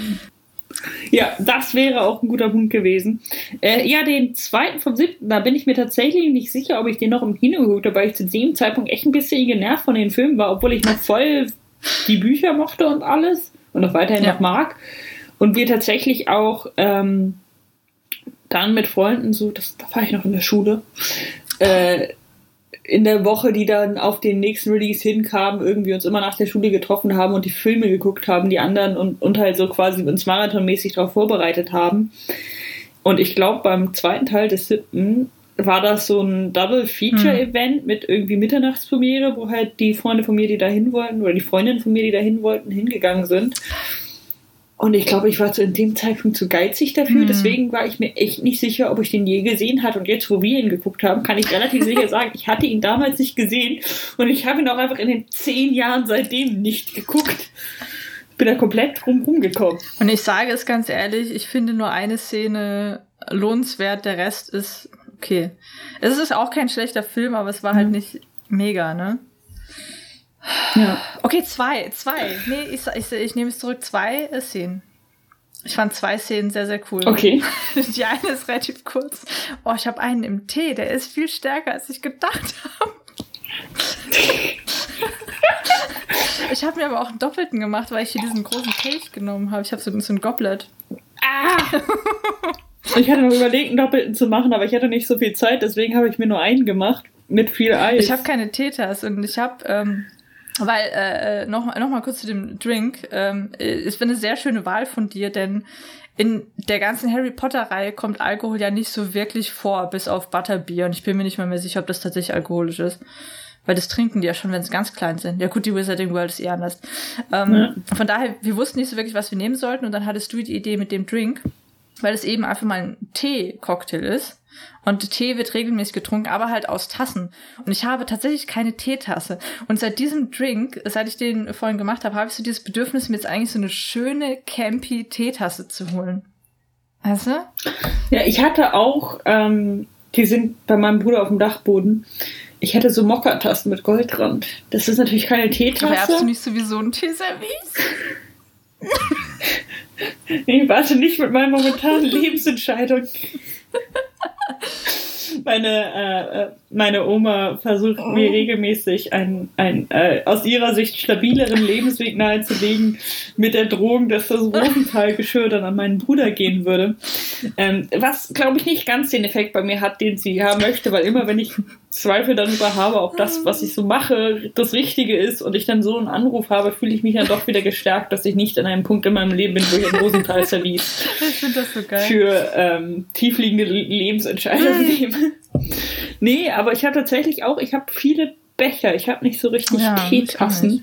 Ja, das wäre auch ein guter Punkt gewesen. Äh, ja, den zweiten vom siebten, da bin ich mir tatsächlich nicht sicher, ob ich den noch im Kino geguckt habe, weil ich zu dem Zeitpunkt echt ein bisschen genervt von den Filmen war, obwohl ich noch voll die Bücher mochte und alles und auch weiterhin ja. noch mag. Und wir tatsächlich auch ähm, dann mit Freunden, so, das, da war ich noch in der Schule, äh, in der Woche, die dann auf den nächsten Release hinkamen, irgendwie uns immer nach der Schule getroffen haben und die Filme geguckt haben, die anderen und, und halt so quasi uns marathonmäßig darauf vorbereitet haben. Und ich glaube, beim zweiten Teil des siebten war das so ein Double-Feature-Event mhm. mit irgendwie Mitternachtspremiere, wo halt die Freunde von mir, die da hin wollten, oder die Freundinnen von mir, die da hin wollten, hingegangen sind. Und ich glaube, ich war zu in dem Zeitpunkt zu geizig dafür, mhm. deswegen war ich mir echt nicht sicher, ob ich den je gesehen hatte. Und jetzt, wo wir ihn geguckt haben, kann ich relativ sicher sagen, ich hatte ihn damals nicht gesehen und ich habe ihn auch einfach in den zehn Jahren seitdem nicht geguckt. Ich bin da komplett drum rumgekommen. Und ich sage es ganz ehrlich, ich finde nur eine Szene lohnenswert, der Rest ist okay. Es ist auch kein schlechter Film, aber es war halt nicht mega, ne? Ja. Okay, zwei, zwei. Nee, ich, ich, ich nehme es zurück. Zwei Szenen. Ich fand zwei Szenen sehr, sehr cool. Okay. Die eine ist relativ kurz. Oh, ich habe einen im Tee, der ist viel stärker, als ich gedacht habe. Ich habe mir aber auch einen doppelten gemacht, weil ich hier diesen großen Kelch genommen habe. Ich habe so, so ein Goblet. Ah! Ich hatte noch überlegt, einen doppelten zu machen, aber ich hatte nicht so viel Zeit, deswegen habe ich mir nur einen gemacht. Mit viel Eis. Ich habe keine Tetas und ich habe... Ähm, Weil, äh, noch, noch mal kurz zu dem Drink. Ähm, ich finde eine sehr schöne Wahl von dir, denn in der ganzen Harry Potter-Reihe kommt Alkohol ja nicht so wirklich vor, bis auf Butterbier. Und ich bin mir nicht mal mehr sicher, ob das tatsächlich alkoholisch ist. Weil das trinken die ja schon, wenn sie ganz klein sind. Ja gut, die Wizarding World ist eh anders. Ähm, ja. Von daher, wir wussten nicht so wirklich, was wir nehmen sollten. Und dann hattest du die Idee mit dem Drink, weil es eben einfach mal ein Tee-Cocktail ist. Und Tee wird regelmäßig getrunken, aber halt aus Tassen. Und ich habe tatsächlich keine Teetasse. Und seit diesem Drink, seit ich den vorhin gemacht habe, habe ich so dieses Bedürfnis, mir jetzt eigentlich so eine schöne, campy Teetasse zu holen. Weißt du? Ja, ich hatte auch, ähm, die sind bei meinem Bruder auf dem Dachboden. Ich hatte so Mokka-Tassen mit Goldrand. Das ist natürlich keine Teetasse. Aber hast du nicht sowieso ein Teeservice? Ich warte nicht mit meiner momentanen Lebensentscheidung. Meine, äh, meine Oma versucht oh. mir regelmäßig einen, einen äh, aus ihrer Sicht stabileren Lebensweg nahezulegen, mit der Drohung, dass das Rosenthal-Geschirr dann an meinen Bruder gehen würde. Ähm, was, glaube ich, nicht ganz den Effekt bei mir hat, den sie haben möchte, weil immer, wenn ich Zweifel darüber habe, ob das, was ich so mache, das Richtige ist und ich dann so einen Anruf habe, fühle ich mich dann doch wieder gestärkt, dass ich nicht an einem Punkt in meinem Leben bin, wo ich ein Rosenthal-Service so für ähm, tiefliegende Lebensentscheidungen nehme. Nee, aber ich habe tatsächlich auch, ich habe viele Becher, ich habe nicht so richtig ja, Teetassen.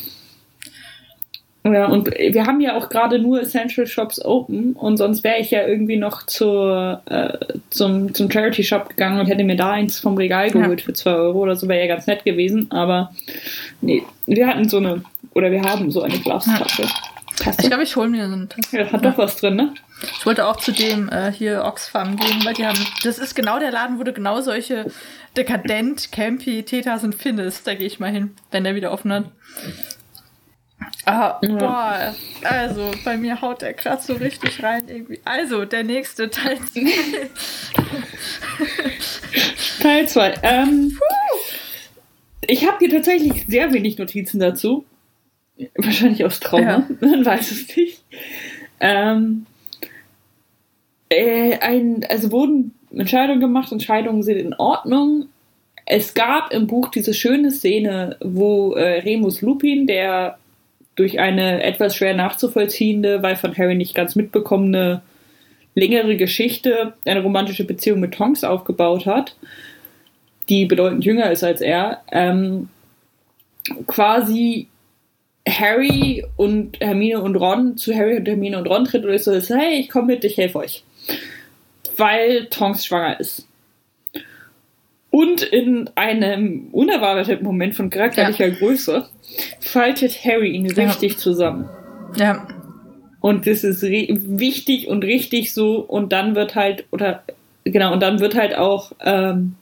Ja, und wir haben ja auch gerade nur Essential Shops open und sonst wäre ich ja irgendwie noch zur, äh, zum, zum Charity Shop gegangen und hätte mir da eins vom Regal geholt ja. für zwei Euro oder so, wäre ja ganz nett gewesen, aber nee, wir hatten so eine, oder wir haben so eine Glastasche. Ja. Ich glaube, ich hole mir so eine Tasse. Ja, hat ja. doch was drin, ne? Ich wollte auch zu dem äh, hier Oxfam gehen, weil die haben, das ist genau der Laden, wo du genau solche dekadent, campy Teetassen findest. Da gehe ich mal hin, wenn der wieder offen hat. Ah, ja. Boah, also bei mir haut der gerade so richtig rein irgendwie. Also, der nächste Teil zwei. Teil zwei. Ähm, ich habe hier tatsächlich sehr wenig Notizen dazu. Wahrscheinlich aus Trauma, ja. Man weiß es nicht. Ähm, äh, ein, also wurden Entscheidungen gemacht, Entscheidungen sind in Ordnung. Es gab im Buch diese schöne Szene, wo äh, Remus Lupin, der durch eine etwas schwer nachzuvollziehende, weil von Harry nicht ganz mitbekommene, längere Geschichte eine romantische Beziehung mit Tonks aufgebaut hat, die bedeutend jünger ist als er, ähm, quasi Harry und Hermine und Ron zu Harry und Hermine und Ron tritt und ist so, hey, ich komme mit, ich helfe euch. Weil Tonks schwanger ist. Und in einem unerwarteten Moment von charakterlicher ja. Größe faltet Harry ihn richtig ja. zusammen. Ja. Und das ist re- wichtig und richtig so. Und dann wird halt, oder genau, und dann wird halt auch ähm,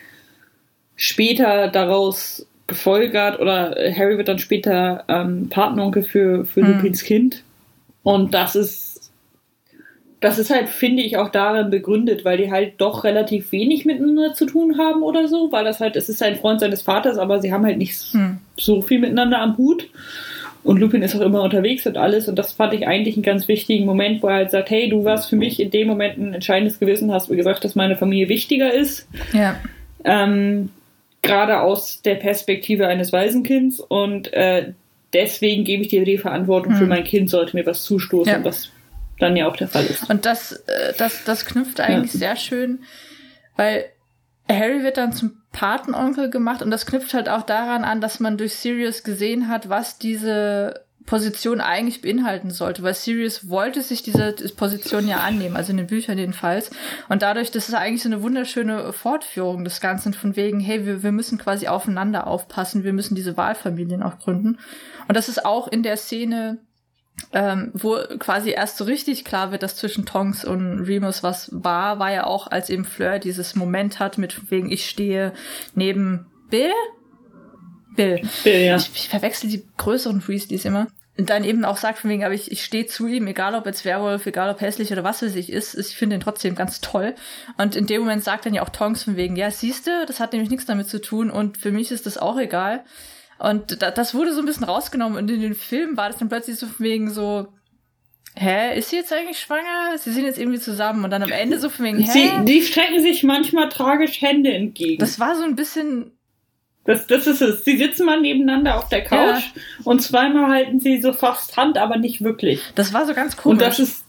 später daraus gefolgert, oder Harry wird dann später ähm, Patenonkel für, für mhm. Lupins Kind. Und das ist Das ist halt, finde ich, auch darin begründet, weil die halt doch relativ wenig miteinander zu tun haben oder so, weil das halt, es ist ein Freund seines Vaters, aber sie haben halt nicht hm. so viel miteinander am Hut. Und Lupin ist auch immer unterwegs und alles, und das fand ich eigentlich einen ganz wichtigen Moment, wo er halt sagt, hey, du warst für mich in dem Moment ein entscheidendes Gewissen, hast mir gesagt, dass meine Familie wichtiger ist. Ja. Ähm, gerade aus der Perspektive eines Waisenkinds, und äh, deswegen gebe ich dir die Verantwortung hm. für mein Kind, sollte mir was zustoßen, ja. was dann ja auch der Fall ist. Und das, äh, das, das knüpft eigentlich ja. sehr schön, weil Harry wird dann zum Patenonkel gemacht, und das knüpft halt auch daran an, dass man durch Sirius gesehen hat, was diese Position eigentlich beinhalten sollte, weil Sirius wollte sich dieser Position ja annehmen, also in den Büchern jedenfalls. Und dadurch, das ist eigentlich so eine wunderschöne Fortführung des Ganzen, von wegen, hey, wir, wir müssen quasi aufeinander aufpassen, wir müssen diese Wahlfamilien auch gründen. Und das ist auch in der Szene, Ähm, wo quasi erst so richtig klar wird, dass zwischen Tonks und Remus was war, war ja auch, als eben Fleur dieses Moment hat, mit wegen, ich stehe neben Bill? Bill. Bill, ja. Ich, ich verwechsel die größeren Weasleys immer. Und dann eben auch sagt von wegen, aber ich, ich stehe zu ihm, egal ob jetzt Werwolf, egal ob hässlich oder was weiß ich ist, ich finde ihn trotzdem ganz toll. Und in dem Moment sagt dann ja auch Tonks von wegen, ja, siehste, das hat nämlich nichts damit zu tun, und für mich ist das auch egal. Und da, das wurde so ein bisschen rausgenommen, und in den Filmen war das dann plötzlich so von wegen so, hä, ist sie jetzt eigentlich schwanger? Sie sind jetzt irgendwie zusammen, und dann am Ende so von wegen, hä? Sie, die strecken sich manchmal tragisch Hände entgegen. Das war so ein bisschen... Das, das ist es. Sie sitzen mal nebeneinander auf der Couch, ja. und zweimal halten sie so fast Hand, aber nicht wirklich. Das war so ganz komisch. Und das ist,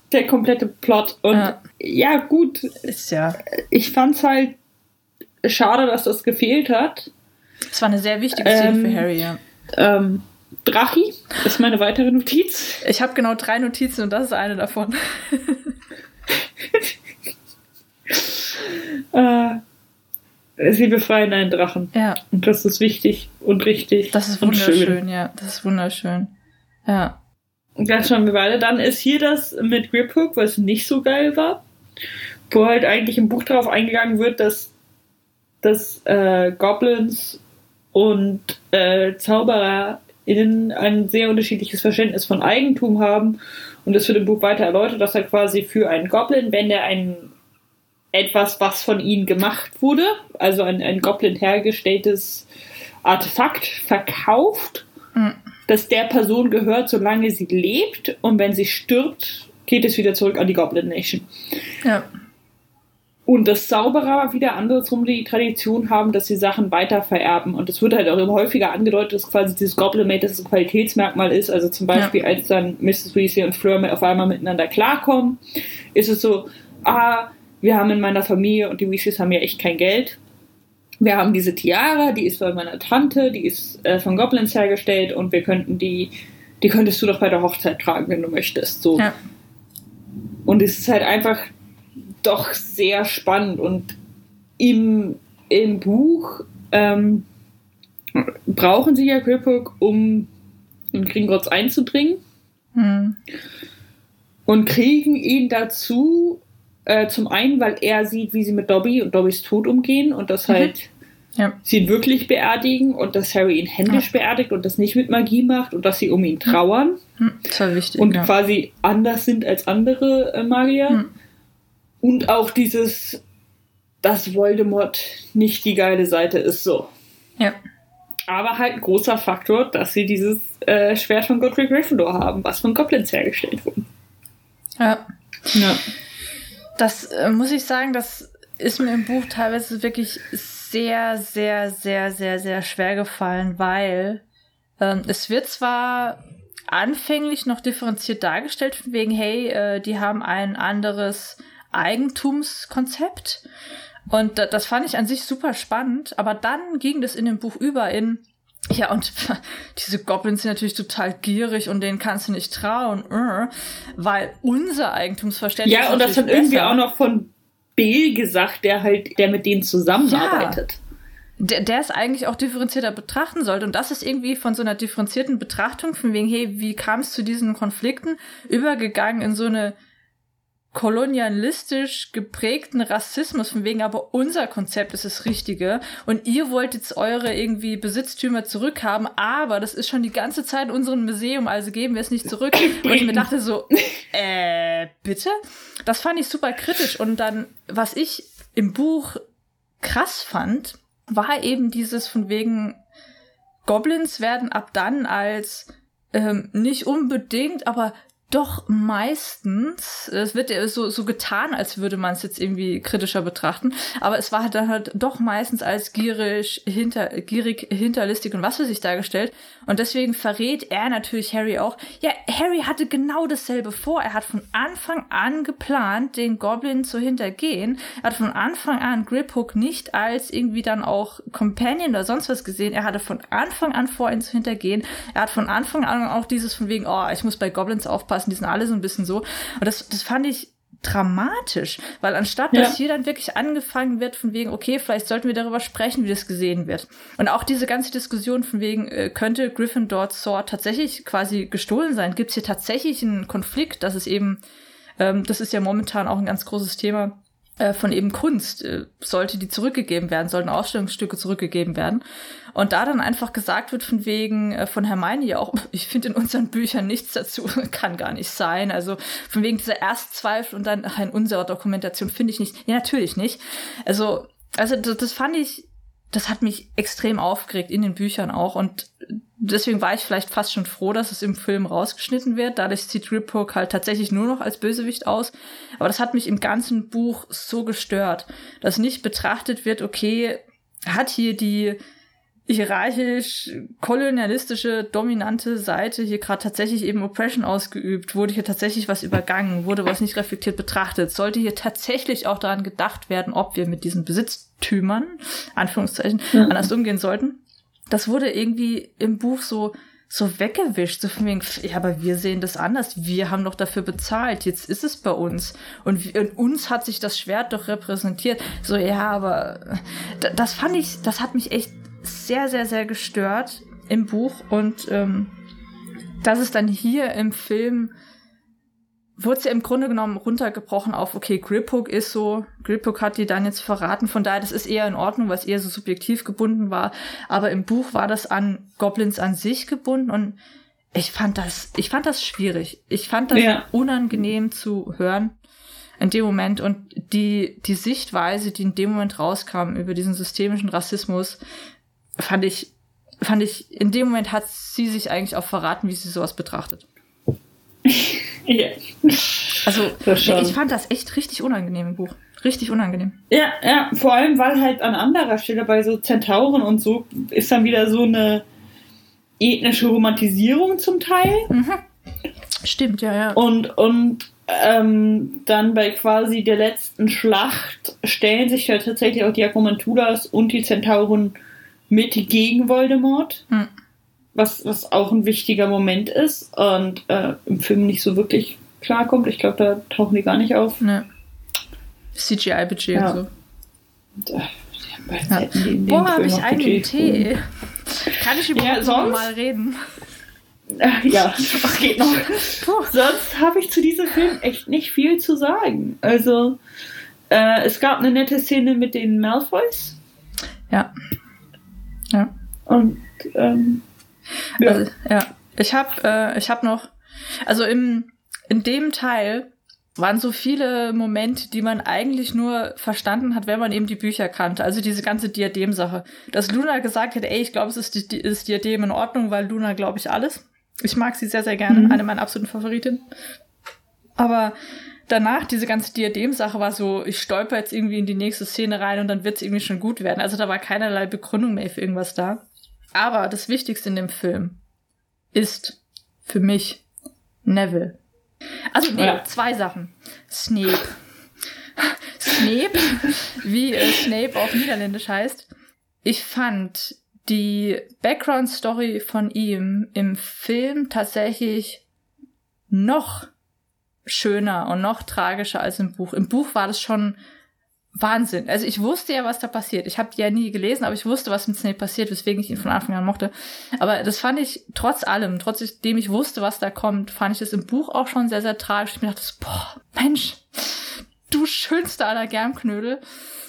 der komplette Plot. Und ja, ja gut. Ist ja. Ich fand's halt schade, dass das gefehlt hat. Es war eine sehr wichtige Szene ähm, für Harry, ja. Ähm, Drachi ist meine weitere Notiz. Ich habe genau drei Notizen und das ist eine davon. äh, sie befreien einen Drachen. Ja. Und das ist wichtig und richtig. Das ist wunderschön, ja. Das ist wunderschön. Ja. Und das schauen wir weiter. Dann ist hier das mit Griphook, was nicht so geil war. Wo halt eigentlich im Buch darauf eingegangen wird, dass, dass äh, Goblins und äh, ZaubererInnen ein sehr unterschiedliches Verständnis von Eigentum haben. Und das wird im Buch weiter erläutert, dass er quasi für einen Goblin, wenn der ein etwas, was von ihnen gemacht wurde, also ein, ein Goblin hergestelltes Artefakt verkauft, mhm. dass der Person gehört, solange sie lebt, und wenn sie stirbt, geht es wieder zurück an die Goblin Nation. Ja. Und dass Zauberer wieder andersrum die Tradition haben, dass sie Sachen weiter vererben. Und es wird halt auch immer häufiger angedeutet, dass quasi dieses Goblin-Mate das ein Qualitätsmerkmal ist. Also zum Beispiel, ja. als dann Missus Weasley und Fleur auf einmal miteinander klarkommen, ist es so, ah, wir haben in meiner Familie, und die Weasleys haben ja echt kein Geld. Wir haben diese Tiara, die ist bei meiner Tante, die ist äh, von Goblins hergestellt, und wir könnten die, die könntest du doch bei der Hochzeit tragen, wenn du möchtest. So. Ja. Und es ist halt einfach doch sehr spannend. Und im, im Buch ähm, brauchen sie ja Griphook, um in Gringotts einzudringen. Hm. Und kriegen ihn dazu, äh, zum einen, weil er sieht, wie sie mit Dobby und Dobbys Tod umgehen und das halt mhm. ja. sie ihn wirklich beerdigen und dass Harry ihn händisch ja. beerdigt und das nicht mit Magie macht und dass sie um ihn trauern. Das war wichtig. Und ja. quasi anders sind als andere äh, Magier. Mhm. Und auch dieses, dass Voldemort nicht die geile Seite ist, so. Ja. Aber halt ein großer Faktor, dass sie dieses äh, Schwert von Godric Gryffindor haben, was von Goblins hergestellt wurde. Ja. Ja. Das äh, muss ich sagen, das ist mir im Buch teilweise wirklich sehr, sehr, sehr, sehr, sehr schwer gefallen, weil ähm, es wird zwar anfänglich noch differenziert dargestellt, von wegen, hey, äh, die haben ein anderes Eigentumskonzept. Und das fand ich an sich super spannend, aber dann ging das in dem Buch über in, ja, und diese Goblins sind natürlich total gierig und denen kannst du nicht trauen, äh, weil unser Eigentumsverständnis ja, und das hat irgendwie auch noch von Bill gesagt, der halt, der mit denen zusammenarbeitet. Ja. Der, der es eigentlich auch differenzierter betrachten sollte. Und das ist irgendwie von so einer differenzierten Betrachtung, von wegen, hey, wie kam es zu diesen Konflikten, übergegangen in so eine kolonialistisch geprägten Rassismus, von wegen, aber unser Konzept ist das Richtige und ihr wollt jetzt eure irgendwie Besitztümer zurückhaben, aber das ist schon die ganze Zeit in unserem Museum, also geben wir es nicht zurück. Und ich mir dachte so, äh, bitte? Das fand ich super kritisch. Und dann, was ich im Buch krass fand, war eben dieses von wegen, Goblins werden ab dann als ähm, nicht unbedingt, aber doch meistens, es wird ja so, so getan, als würde man es jetzt irgendwie kritischer betrachten, aber es war dann halt doch meistens als gierig, hinter, gierig, hinterlistig und was für sich dargestellt. Und deswegen verrät er natürlich Harry auch, ja, Harry hatte genau dasselbe vor. Er hat von Anfang an geplant, den Goblin zu hintergehen. Er hat von Anfang an Griphook nicht als irgendwie dann auch Companion oder sonst was gesehen. Er hatte von Anfang an vor, ihn zu hintergehen. Er hat von Anfang an auch dieses von wegen, oh, ich muss bei Goblins aufpassen, die sind alle so ein bisschen so. Und das, das fand ich dramatisch, weil anstatt, ja. dass hier dann wirklich angefangen wird von wegen, okay, vielleicht sollten wir darüber sprechen, wie das gesehen wird. Und auch diese ganze Diskussion von wegen, äh, könnte Gryffindors Sword tatsächlich quasi gestohlen sein? Gibt es hier tatsächlich einen Konflikt? Das ist eben, ähm, das ist ja momentan auch ein ganz großes Thema äh, von eben Kunst. Äh, sollte die zurückgegeben werden, sollten Ausstellungsstücke zurückgegeben werden. Und da dann einfach gesagt wird von wegen, äh, von Hermione ja auch, ich finde in unseren Büchern nichts dazu, kann gar nicht sein. Also von wegen dieser Erstzweifel und dann ach, in unserer Dokumentation finde ich nicht. Ja, natürlich nicht. Also, also das, das fand ich, das hat mich extrem aufgeregt in den Büchern auch. Und deswegen war ich vielleicht fast schon froh, dass es im Film rausgeschnitten wird. Dadurch sieht Griphook halt tatsächlich nur noch als Bösewicht aus. Aber das hat mich im ganzen Buch so gestört, dass nicht betrachtet wird, okay, hat hier die hierarchisch, kolonialistische, dominante Seite hier gerade tatsächlich eben Oppression ausgeübt? Wurde hier tatsächlich was übergangen? Wurde was nicht reflektiert betrachtet? Sollte hier tatsächlich auch daran gedacht werden, ob wir mit diesen Besitztümern, Anführungszeichen, ja. anders umgehen sollten? Das wurde irgendwie im Buch so so weggewischt, so von wegen, ja, aber wir sehen das anders, wir haben doch dafür bezahlt, jetzt ist es bei uns und, und uns hat sich das Schwert doch repräsentiert. So, ja, aber das fand ich, das hat mich echt sehr, sehr, sehr gestört im Buch und ähm, dass es dann hier im Film wurde es ja im Grunde genommen runtergebrochen auf, okay, Griphook ist so, Griphook hat die dann jetzt verraten, von daher, das ist eher in Ordnung, weil es eher so subjektiv gebunden war, aber im Buch war das an Goblins an sich gebunden und ich fand das, ich fand das schwierig. Ich fand das ja. unangenehm zu hören in dem Moment und die, die Sichtweise, die in dem Moment rauskam über diesen systemischen Rassismus, fand ich, fand ich, in dem Moment hat sie sich eigentlich auch verraten, wie sie sowas betrachtet. Ja. Also, ich fand das echt richtig unangenehm im Buch. Richtig unangenehm. Ja, ja, vor allem, weil halt an anderer Stelle bei so Zentauren und so ist dann wieder so eine ethnische Romantisierung zum Teil. Mhm. Stimmt, ja, ja. Und, und ähm, dann bei quasi der letzten Schlacht stellen sich ja tatsächlich auch die Akomantulas und die Zentauren mit gegen Voldemort. Mhm. Was, was auch ein wichtiger Moment ist und äh, im Film nicht so wirklich klarkommt. Ich glaube, da tauchen die gar nicht auf. Ne. C G I-Budget ja. und so. Da, ja. Boah, habe ich einen Tee. Kann ich überhaupt ja, sonst, mal reden? Äh, ja, das geht noch. Puh. Sonst habe ich zu diesem Film echt nicht viel zu sagen. Also, äh, es gab eine nette Szene mit den Malfoys. Ja. Ja. Und, ähm, Ja. Also, ja, ich habe äh, ich hab noch, also im, in dem Teil waren so viele Momente, die man eigentlich nur verstanden hat, wenn man eben die Bücher kannte. Also diese ganze Diadem-Sache. Dass Luna gesagt hat, ey, ich glaube, es ist die, die, ist Diadem in Ordnung, weil Luna glaube ich alles. Ich mag sie sehr, sehr gerne. Mhm. Eine meiner absoluten Favoritinnen. Aber danach, diese ganze Diadem-Sache war so, ich stolper jetzt irgendwie in die nächste Szene rein und dann wird es irgendwie schon gut werden. Also da war keinerlei Begründung mehr für irgendwas da. Aber das Wichtigste in dem Film ist für mich Neville. Also nee, ja. zwei Sachen. Snape. Snape, wie äh, Snape auf Niederländisch heißt. Ich fand die Background-Story von ihm im Film tatsächlich noch schöner und noch tragischer als im Buch. Im Buch war das schon Wahnsinn. Also ich wusste ja, was da passiert. Ich habe die ja nie gelesen, aber ich wusste, was mit Snape passiert, weswegen ich ihn von Anfang an mochte. Aber das fand ich trotz allem, trotzdem ich wusste, was da kommt, fand ich das im Buch auch schon sehr, sehr tragisch. Ich mir dachte, boah, Mensch, du schönster aller Germknödel.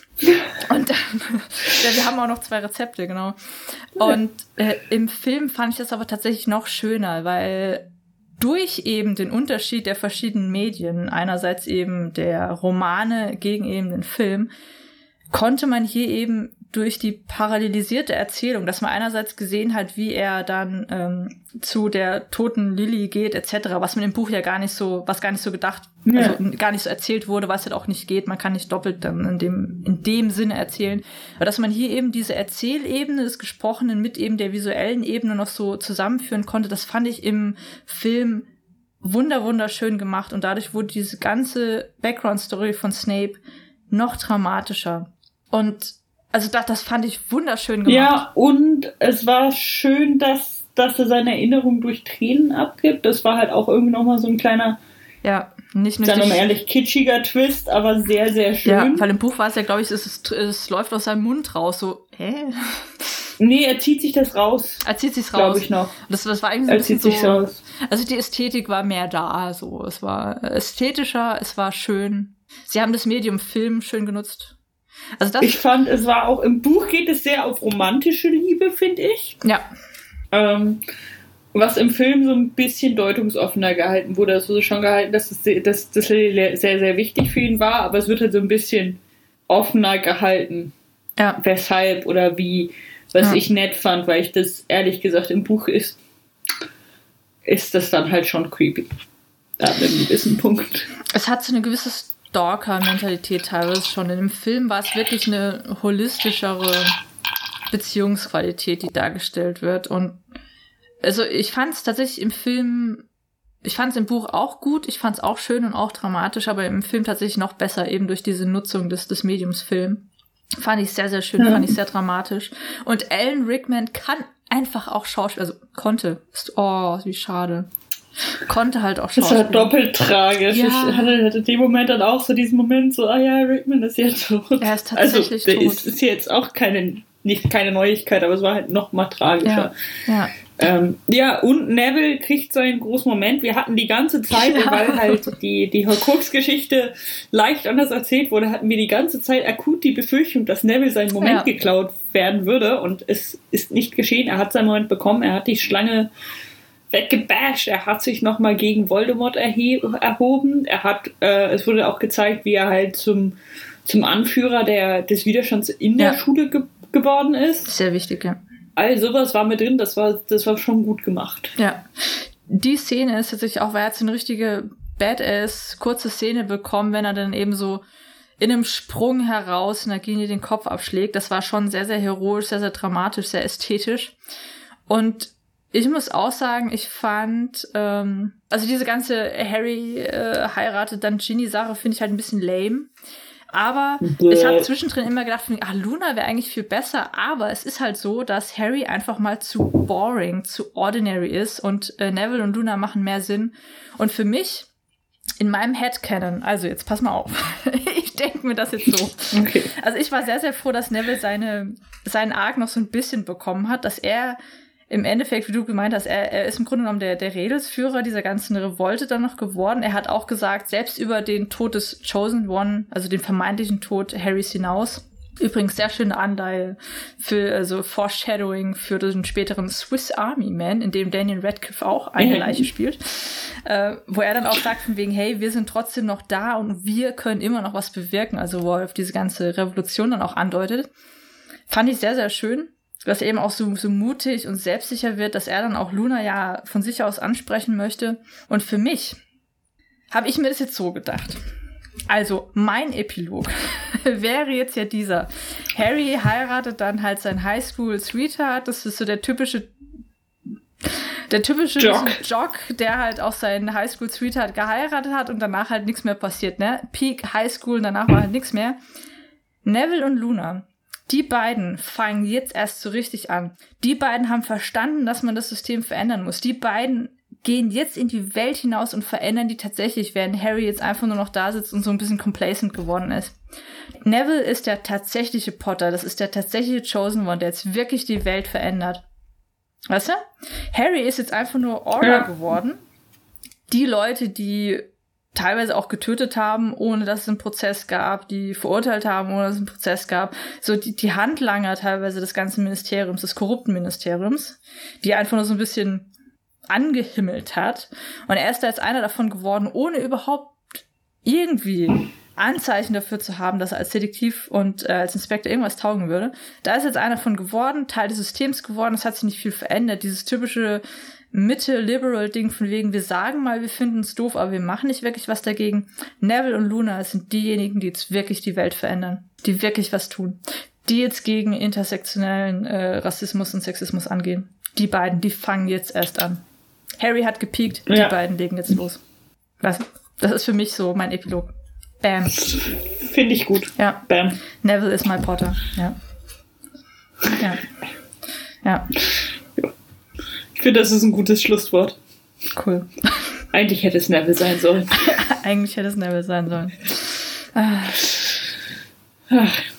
Und dann, ja, wir haben auch noch zwei Rezepte, genau. Und äh, im Film fand ich das aber tatsächlich noch schöner, weil durch eben den Unterschied der verschiedenen Medien, einerseits eben der Romane gegen eben den Film, konnte man hier eben durch die parallelisierte Erzählung, dass man einerseits gesehen hat, wie er dann ähm, zu der toten Lily geht, et cetera, was man im Buch ja gar nicht so, was gar nicht so gedacht, ja. also gar nicht so erzählt wurde, was halt auch nicht geht. Man kann nicht doppelt dann in dem in dem Sinne erzählen, aber dass man hier eben diese Erzählebene des Gesprochenen mit eben der visuellen Ebene noch so zusammenführen konnte, das fand ich im Film wunder wunderschön gemacht und dadurch wurde diese ganze Background-Story von Snape noch dramatischer und also das, das fand ich wunderschön gemacht. Ja, und es war schön, dass, dass er seine Erinnerung durch Tränen abgibt. Das war halt auch irgendwie nochmal so ein kleiner, ja, nicht nur sagen wir mal ehrlich, kitschiger Twist, aber sehr, sehr schön. Ja, weil im Buch war es ja, glaube ich, es, ist, es läuft aus seinem Mund raus, so, hä? Nee, er zieht sich das raus. Er zieht sich's raus. Glaube ich noch. Das, das war irgendwie so er ein bisschen zieht sich's so, raus. Also die Ästhetik war mehr da, so. Es war ästhetischer, es war schön. Sie haben das Medium Film schön genutzt. Also das ich fand, es war auch, im Buch geht es sehr auf romantische Liebe, finde ich. Ja. Ähm, was im Film so ein bisschen deutungsoffener gehalten wurde. Es wurde schon gehalten, dass das, dass das sehr, sehr wichtig für ihn war, aber es wird halt so ein bisschen offener gehalten. Ja. Weshalb oder wie, was ja. ich nett fand, weil ich das ehrlich gesagt im Buch ist, ist das dann halt schon creepy. An einem gewissen Punkt. Es hat so eine gewisse Stalker-Mentalität teilweise schon. In dem Film war es wirklich eine holistischere Beziehungsqualität, die dargestellt wird. Und also ich fand es tatsächlich im Film, ich fand es im Buch auch gut, ich fand es auch schön und auch dramatisch, aber im Film tatsächlich noch besser, eben durch diese Nutzung des, des Mediums Film. Fand ich sehr, sehr schön, ja. Fand ich sehr dramatisch. Und Alan Rickman kann einfach auch Schauspiel, also konnte. Oh, wie schade. Konnte halt auch Schauspiel. Das war doppelt tragisch. Ja. Ich hatte, hatte den Moment dann auch so diesen Moment so, ah ja, Rickman ist jetzt tot. Er ist tatsächlich also, tot. Ist, ist jetzt auch keine, nicht keine Neuigkeit, aber es war halt noch mal tragischer. Ja, ja. Ähm, ja, und Neville kriegt seinen großen Moment. Wir hatten die ganze Zeit, ja. weil halt die, die Horcrux-Geschichte leicht anders erzählt wurde, hatten wir die ganze Zeit akut die Befürchtung, dass Neville seinen Moment ja. geklaut werden würde. Und es ist nicht geschehen. Er hat seinen Moment bekommen. Er hat die Schlange weggebasht. Er hat sich nochmal gegen Voldemort erhe- erhoben. Er hat, äh, es wurde auch gezeigt, wie er halt zum, zum Anführer der, des Widerstands in ja. der Schule ge- geworden ist. Sehr wichtig, ja. All sowas war mit drin, das war, das war schon gut gemacht. Ja. Die Szene ist tatsächlich auch, weil er hat so eine richtige Badass, kurze Szene bekommen, wenn er dann eben so in einem Sprung heraus Nagini den Kopf abschlägt. Das war schon sehr, sehr heroisch, sehr, sehr dramatisch, sehr ästhetisch. Und ich muss auch sagen, ich fand, ähm, also diese ganze Harry äh, heiratet dann Ginny-Sache finde ich halt ein bisschen lame. Aber Bäh. ich habe zwischendrin immer gedacht, ah, Luna wäre eigentlich viel besser, aber es ist halt so, dass Harry einfach mal zu boring, zu ordinary ist und äh, Neville und Luna machen mehr Sinn. Und für mich, in meinem Headcanon, also jetzt pass mal auf, ich denke mir das jetzt so. Okay. Also ich war sehr, sehr froh, dass Neville seine, seinen Arc noch so ein bisschen bekommen hat, dass er im Endeffekt, wie du gemeint hast, er, er ist im Grunde genommen der, der Redelsführer dieser ganzen Revolte dann noch geworden. Er hat auch gesagt, selbst über den Tod des Chosen One, also den vermeintlichen Tod Harrys hinaus, übrigens sehr schöne Anleihe für, also Foreshadowing für den späteren Swiss Army Man, in dem Daniel Radcliffe auch eine Leiche spielt, äh, wo er dann auch sagt von wegen, hey, wir sind trotzdem noch da und wir können immer noch was bewirken, also wo er auf diese ganze Revolution dann auch andeutet. Fand ich sehr, sehr schön. Dass er eben auch so, so mutig und selbstsicher wird, dass er dann auch Luna ja von sich aus ansprechen möchte. Und für mich habe ich mir das jetzt so gedacht. Also mein Epilog wäre jetzt ja dieser. Harry heiratet dann halt sein Highschool-Sweetheart. Das ist so der typische der typische Jock. Jock, der halt auch seinen Highschool-Sweetheart geheiratet hat und danach halt nichts mehr passiert, ne? Peak Highschool, danach war halt nichts mehr. Neville und Luna, die beiden fangen jetzt erst so richtig an. Die beiden haben verstanden, dass man das System verändern muss. Die beiden gehen jetzt in die Welt hinaus und verändern die tatsächlich, während Harry jetzt einfach nur noch da sitzt und so ein bisschen complacent geworden ist. Neville ist der tatsächliche Potter. Das ist der tatsächliche Chosen One, der jetzt wirklich die Welt verändert. Weißt du? Harry ist jetzt einfach nur Order ja. geworden. Die Leute, die teilweise auch getötet haben, ohne dass es einen Prozess gab, die verurteilt haben, ohne dass es einen Prozess gab. So die, die Handlanger teilweise des ganzen Ministeriums, des korrupten Ministeriums, die einfach nur so ein bisschen angehimmelt hat. Und er ist da jetzt einer davon geworden, ohne überhaupt irgendwie Anzeichen dafür zu haben, dass er als Detektiv und äh, als Inspektor irgendwas taugen würde. Da ist jetzt einer davon geworden, Teil des Systems geworden, es hat sich nicht viel verändert. Dieses typische Mitte-Liberal-Ding von wegen, wir sagen mal, wir finden es doof, aber wir machen nicht wirklich was dagegen. Neville und Luna sind diejenigen, die jetzt wirklich die Welt verändern, die wirklich was tun, die jetzt gegen intersektionellen äh, Rassismus und Sexismus angehen. Die beiden, die fangen jetzt erst an. Harry hat gepiekt, die ja. beiden legen jetzt los. Was? Das ist für mich so mein Epilog. Bam. Finde ich gut. Ja. Bam. Neville ist my Potter. Ja. Ja. Ja. Ich finde, das ist ein gutes Schlusswort. Cool. Eigentlich hätte es Neville sein sollen. Eigentlich hätte es Neville sein sollen. Ah. Ach.